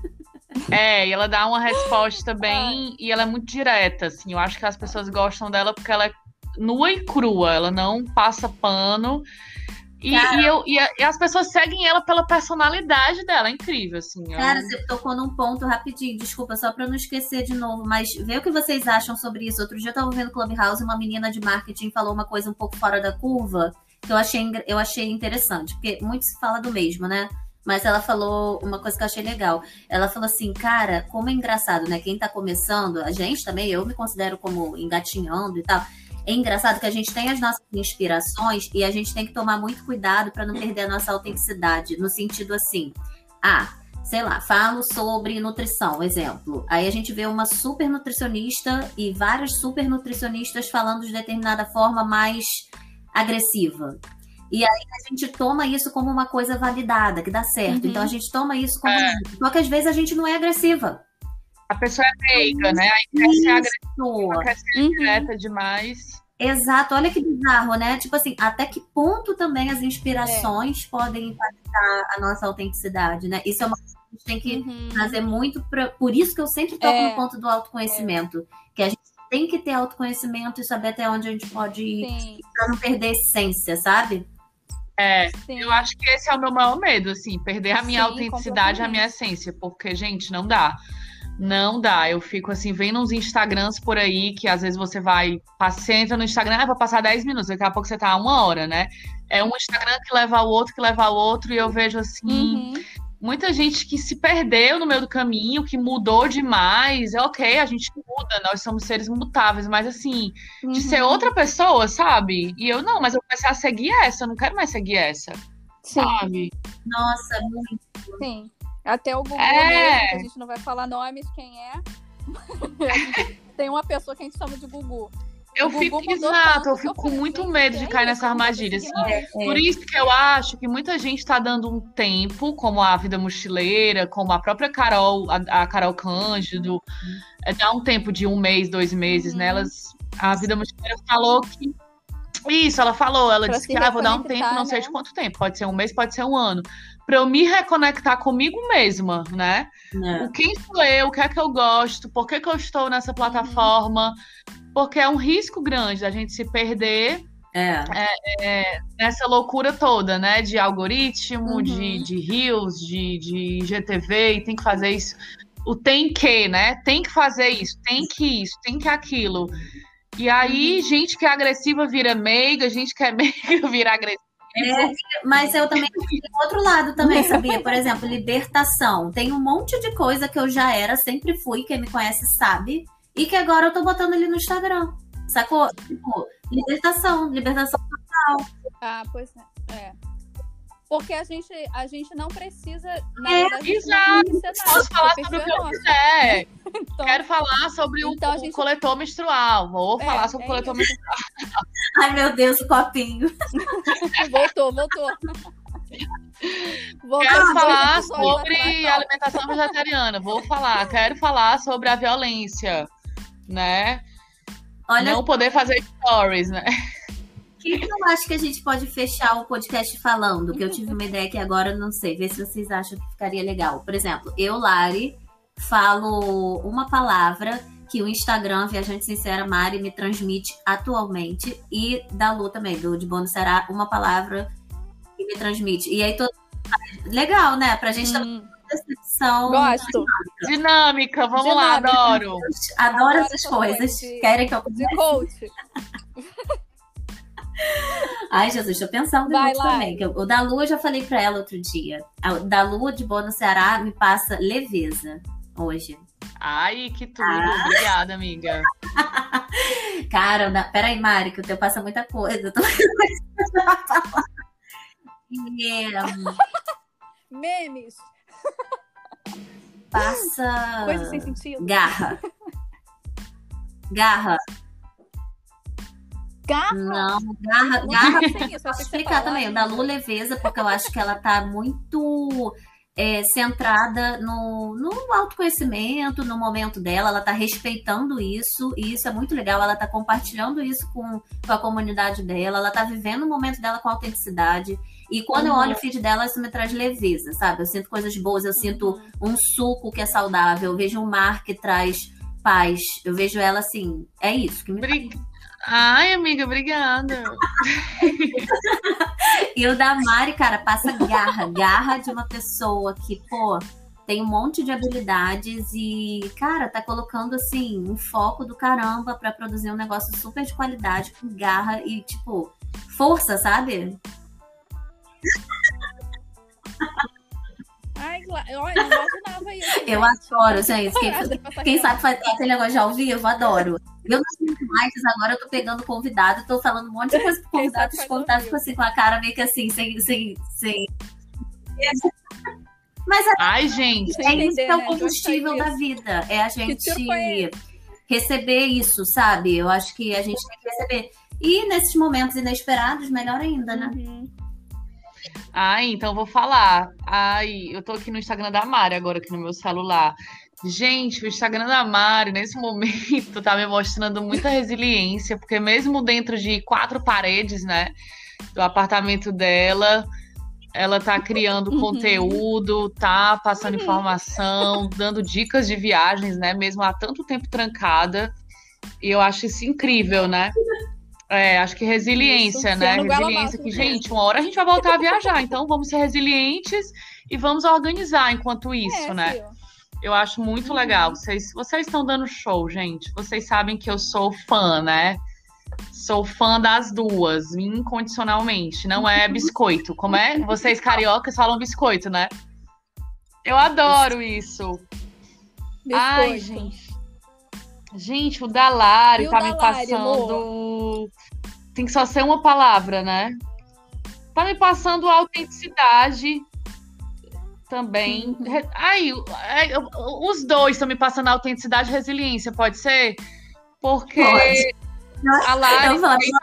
E ela dá uma resposta bem... E ela é muito direta, assim. Eu acho que as pessoas gostam dela porque ela é nua e crua, ela não passa pano. E as pessoas seguem ela pela personalidade dela, é incrível, assim. Cara, você tocou num ponto rapidinho, desculpa, só pra não esquecer de novo, mas vê o que vocês acham sobre isso. Outro dia eu tava vendo Clubhouse e uma menina de marketing falou uma coisa um pouco fora da curva, que eu achei interessante, porque muito se fala do mesmo, né? Mas ela falou uma coisa que eu achei legal. Ela falou assim, cara, como é engraçado, né? Quem tá começando, a gente também, eu me considero como engatinhando e tal. É engraçado que a gente tem as nossas inspirações e a gente tem que tomar muito cuidado para não perder a nossa autenticidade. No sentido assim, sei lá, falo sobre nutrição, exemplo. Aí a gente vê uma super nutricionista e várias super nutricionistas falando de determinada forma mais agressiva. E aí a gente toma isso como uma coisa validada, que dá certo. Então a gente toma isso como... Só que às vezes a gente não é agressiva. A pessoa é meiga, né? Aí quer ser agressiva, quer ser direta demais. Exato, olha que bizarro, né? Tipo assim, até que ponto também as inspirações podem impactar a nossa autenticidade, né? Isso é uma coisa que a gente tem que trazer muito por isso que eu sempre toco no ponto do autoconhecimento. Que a gente tem que ter autoconhecimento e saber até onde a gente pode ir pra não perder a essência, sabe? Eu acho que esse é o meu maior medo, assim, perder a minha autenticidade, a minha essência, porque, gente, não dá. Não dá, eu fico assim, vendo uns Instagrams por aí, que às vezes você entra no Instagram, vou passar 10 minutos, daqui a pouco você tá 1 hora, né? É um Instagram que leva ao outro, que leva ao outro, e eu vejo assim, muita gente que se perdeu no meio do caminho, que mudou demais. É ok, a gente muda, nós somos seres mutáveis, mas assim, de ser outra pessoa, sabe? E eu, não, mas eu comecei a seguir essa, eu não quero mais seguir essa, sabe? Nossa, muito. Sim. Até o Google mesmo, que a gente não vai falar nomes, quem é. Tem uma pessoa que a gente chama de Gugu. Eu fico com muito medo de cair nessa armadilha, assim. Por isso que eu acho que muita gente está dando um tempo, como a Vida Mochileira, como a própria Carol, a Carol Cândido, dá um tempo de 1 mês, 2 meses, né? A Vida Mochileira falou que... Isso, ela disse que vou dar um tempo, não sei de quanto tempo, pode ser 1 mês, pode ser 1 ano, para eu me reconectar comigo mesma, né? Quem sou eu, o que é que eu gosto, por que eu estou nessa plataforma, porque é um risco grande da gente se perder nessa loucura toda, né? De algoritmo, de Reels, de IGTV, e tem que fazer isso. O tem que, né? Tem que fazer isso, tem que aquilo. E aí, gente que é agressiva vira meiga, gente que é meiga vira agressiva. Mas eu também tenho outro lado também, sabia? Por exemplo, libertação. Tem um monte de coisa que eu já era, sempre fui, quem me conhece sabe, e que agora eu tô botando ali no Instagram. Sacou? Tipo, libertação total. Ah, pois é. Porque a gente não precisa. Na verdade, exato. Posso falar sobre o que eu quiser. Então, quero falar sobre o coletor menstrual. Vou falar sobre o coletor menstrual. Ai, meu Deus, o copinho. Voltou. Quero falar sobre alimentação vegetariana. Quero falar sobre a violência, né? Não poder fazer stories, né? O que eu acho que a gente pode fechar o podcast falando? Que eu tive uma ideia que agora não sei. Ver se vocês acham que ficaria legal. Por exemplo, eu, Lari, falo uma palavra que o Instagram Viajante Sincera Mari me transmite atualmente. E da Lu também, de Bônus será uma palavra que me transmite. E aí todo legal, né? Pra gente também decepção. Gosto. Dinâmica, vamos lá, adoro. Adoro essas coisas. Querem que eu comece? De coach. Ai, Jesus, tô pensando nisso também. O da Lu eu já falei pra ela outro dia. O da Lu de Bônus Ceará me passa leveza hoje. Ai, que tudo. Obrigada, amiga. Cara, peraí, Mari, que o teu passa muita coisa. Memes. Passa... Coisa sem sentido. Garra. Não, garra. Posso explicar também. O da Lu, leveza, porque eu acho que ela tá muito centrada no autoconhecimento, no momento dela. Ela tá respeitando isso, e isso é muito legal. Ela tá compartilhando isso com a comunidade dela. Ela tá vivendo o momento dela com autenticidade. E quando eu olho o feed dela, isso me traz leveza, sabe? Eu sinto coisas boas, eu sinto um suco que é saudável, eu vejo um mar que traz paz. Eu vejo ela assim, é isso que me Ai, amiga, obrigada. E o da Mari, cara, passa garra de uma pessoa que, pô, tem um monte de habilidades e, cara, tá colocando, assim, um foco do caramba pra produzir um negócio super de qualidade, com garra e, tipo, força, sabe? Ai, eu não imaginava isso. Eu adoro, gente. Quem sabe fazer aquele negócio de ao vivo, adoro. Eu não sei mais, agora eu tô pegando convidado, tô falando um monte de coisa pro convidado, os convidados ficam assim com a cara meio que assim, sem. Mas ai, gente, isso que é o combustível da vida. É a gente receber isso, sabe? Eu acho que a gente tem que receber. E nesses momentos inesperados, melhor ainda, né? Ai, então vou falar. Ai, eu tô aqui no Instagram da Mari agora, aqui no meu celular. Gente, o Instagram da Mari, nesse momento, tá me mostrando muita resiliência, porque mesmo dentro de 4 paredes, né, do apartamento dela, ela tá criando conteúdo, tá passando informação, dando dicas de viagens, né, mesmo há tanto tempo trancada. E eu acho isso incrível, né? Acho que resiliência, isso, né? Resiliência que, gente, uma hora a gente vai voltar a viajar, então vamos ser resilientes e vamos organizar enquanto isso, né? Eu acho muito legal. Vocês estão dando show, gente. Vocês sabem que eu sou fã, né? Sou fã das duas, incondicionalmente. Não é biscoito. Como é? Vocês cariocas falam biscoito, né? Eu adoro isso. Biscoito. Ai, gente. Gente, o da Lari E o tá da me Lari, passando. Tem que só ser uma palavra, né? Tá me passando autenticidade também. Ai, os dois estão me passando autenticidade e resiliência, pode ser? Porque Pode. a Lari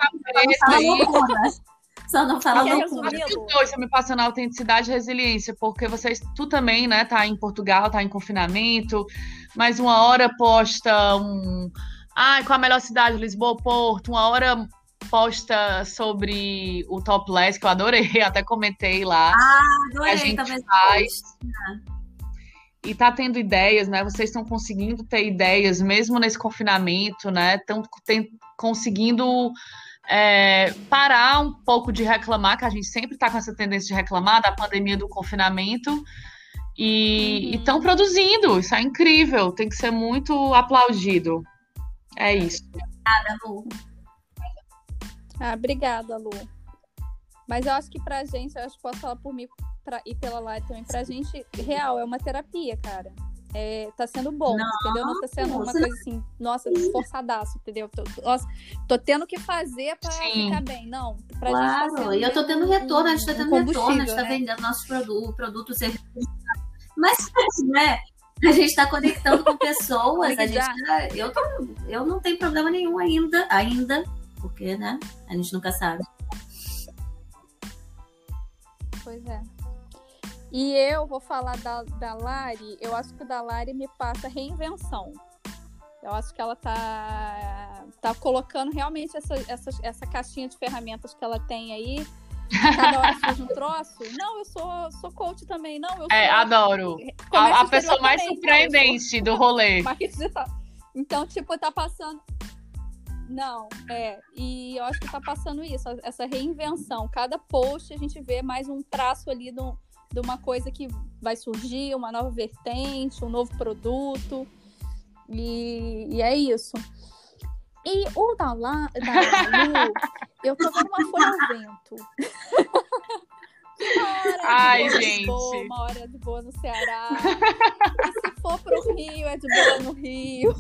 Só não fala Quer loucura. resumir, os Lu? dois estão me passando autenticidade e resiliência, porque tu também, né, tá em Portugal, tá em confinamento, mas uma hora posta qual a melhor cidade? Lisboa ou Porto? Uma hora posta sobre o topless, que eu adorei, até comentei lá. Adorei a gente também. faz. E tá tendo ideias, né? Vocês estão conseguindo ter ideias, mesmo nesse confinamento, né? Estão conseguindo parar um pouco de reclamar, que a gente sempre tá com essa tendência de reclamar da pandemia, do confinamento. E estão produzindo. Isso é incrível. Tem que ser muito aplaudido. É isso. Obrigada, Lu. Obrigada, Lu. Mas eu acho que pra gente, eu acho que posso falar por mim e pela Lari também, pra gente, real, é uma terapia, cara. Tá sendo bom, entendeu? Não tá sendo uma coisa assim, nossa, forçadaço, entendeu? Tô tendo que fazer pra ficar bem. Não, pra gente tá sendo e eu tô tendo retorno, a gente tá tendo retorno, a gente tá né? vendendo nossos produtos, serviços. Mas, né? A gente tá conectando com pessoas, eu não tenho problema nenhum ainda, porque, né? A gente nunca sabe. Pois é. E eu vou falar da Lari, eu acho que o da Lari me passa reinvenção. Eu acho que ela tá colocando realmente essa caixinha de ferramentas que ela tem aí. Cada hora surge um troço. Não, eu sou coach também. Não, eu sou... Adoro. A pessoa mais surpreendente do rolê. Marketing digital. Então, tipo, tá passando... Não, e eu acho que tá passando isso, essa reinvenção. Cada post a gente vê mais um traço ali de uma coisa que vai surgir, uma nova vertente, um novo produto. E é isso. E o da Lu, eu tô vendo uma folha ao vento. Uma hora de boa no Ceará. E se for pro Rio, é de boa no Rio.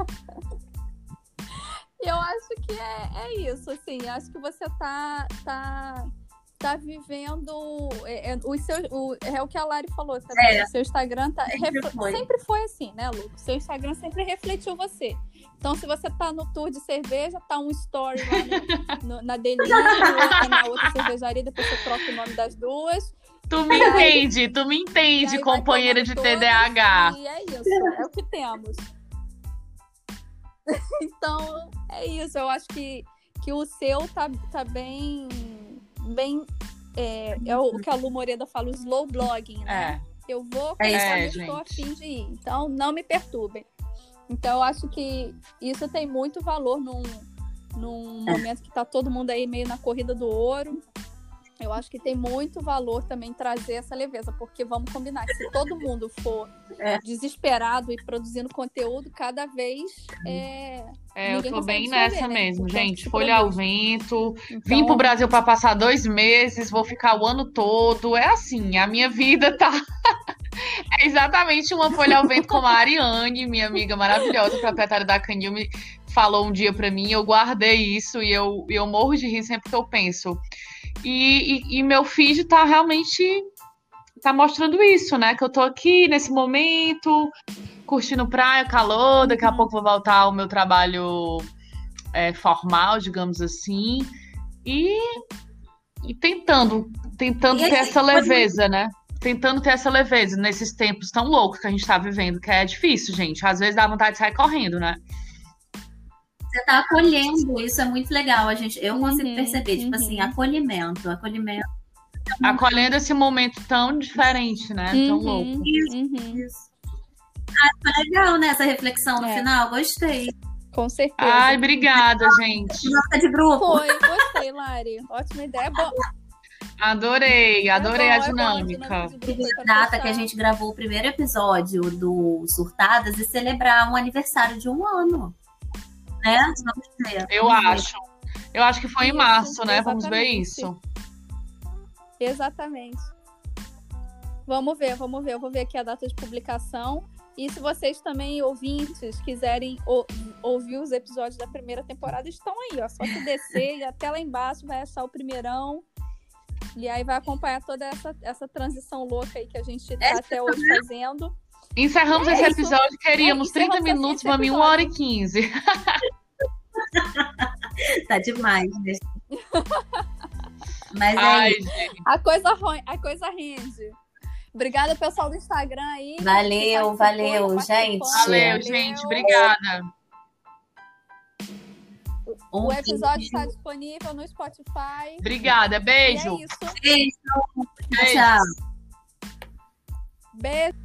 E eu acho que é isso, assim. Acho que você tá vivendo... É o que a Lari falou também. O seu Instagram sempre foi assim, né, Lu? O seu Instagram sempre refletiu você. Então, se você tá no tour de cerveja, tá um story lá na Delírio, ou na outra cervejaria, depois você troca o nome das duas. Tu me entende, companheira de TDAH. E é isso, é o que temos. Então, é isso. Eu acho que o seu tá bem... É o que a Lu Moreda fala, o slow blogging, né? Eu vou quando eu estou a fim de ir. Então, não me perturbem. Então, eu acho que isso tem muito valor num momento que tá todo mundo aí meio na corrida do ouro. Eu acho que tem muito valor também trazer essa leveza, porque vamos combinar que se todo mundo for desesperado e produzindo conteúdo, cada vez eu tô bem nessa mesmo, então, gente. Folha ao vento. Então, vim pro Brasil para passar 2 meses, vou ficar o ano todo. É assim, a minha vida tá... É exatamente uma folha ao vento, como a Ariane, minha amiga maravilhosa, proprietária da Canil, me falou um dia pra mim. Eu guardei isso e eu morro de rir sempre que eu penso. E meu feed tá realmente mostrando isso, né? Que eu tô aqui nesse momento, curtindo praia, calor, daqui a pouco vou voltar ao meu trabalho formal, digamos assim, e tentando ter essa leveza, né? Tentando ter essa leveza nesses tempos tão loucos que a gente tá vivendo, que é difícil, gente. Às vezes dá vontade de sair correndo, né? Você tá acolhendo, isso é muito legal. Eu consigo perceber, tipo assim, acolhimento. Acolhendo esse momento tão diferente, né? Tão louco. Isso. Foi legal, né? Essa reflexão no final, gostei. Com certeza. Ai, obrigada, gente. Nossa, de grupo. Gostei, Lari. Ótima ideia. Adorei a bom, dinâmica. de grupo aí pra Data fechar. que a gente gravou o primeiro episódio do Surtadas e celebrar um aniversário de 1 ano. Né? Vamos ver. Eu Vamos ver. acho. Eu acho que foi em Isso, março, né? Vamos ver exatamente. isso. Exatamente. Vamos ver. Eu vou ver aqui a data de publicação. E se vocês também, ouvintes, quiserem ouvir os episódios da primeira temporada, estão aí, ó. Só que descer e até lá embaixo vai achar o primeirão. E aí vai acompanhar toda essa transição louca aí que a gente tá até hoje fazendo. Encerramos esse isso. episódio, queríamos Encerramos 30 minutos, esse pra mim 1h15. Tá demais, né? Mas Ai, isso. gente. A coisa rende. Obrigada, pessoal do Instagram aí. Valeu, que participou, valeu, tá gente. participando. Valeu, gente. Obrigada. O episódio está disponível no Spotify. Obrigada. Beijo. E é isso. Beijo. Beijo. Tchau. Beijo.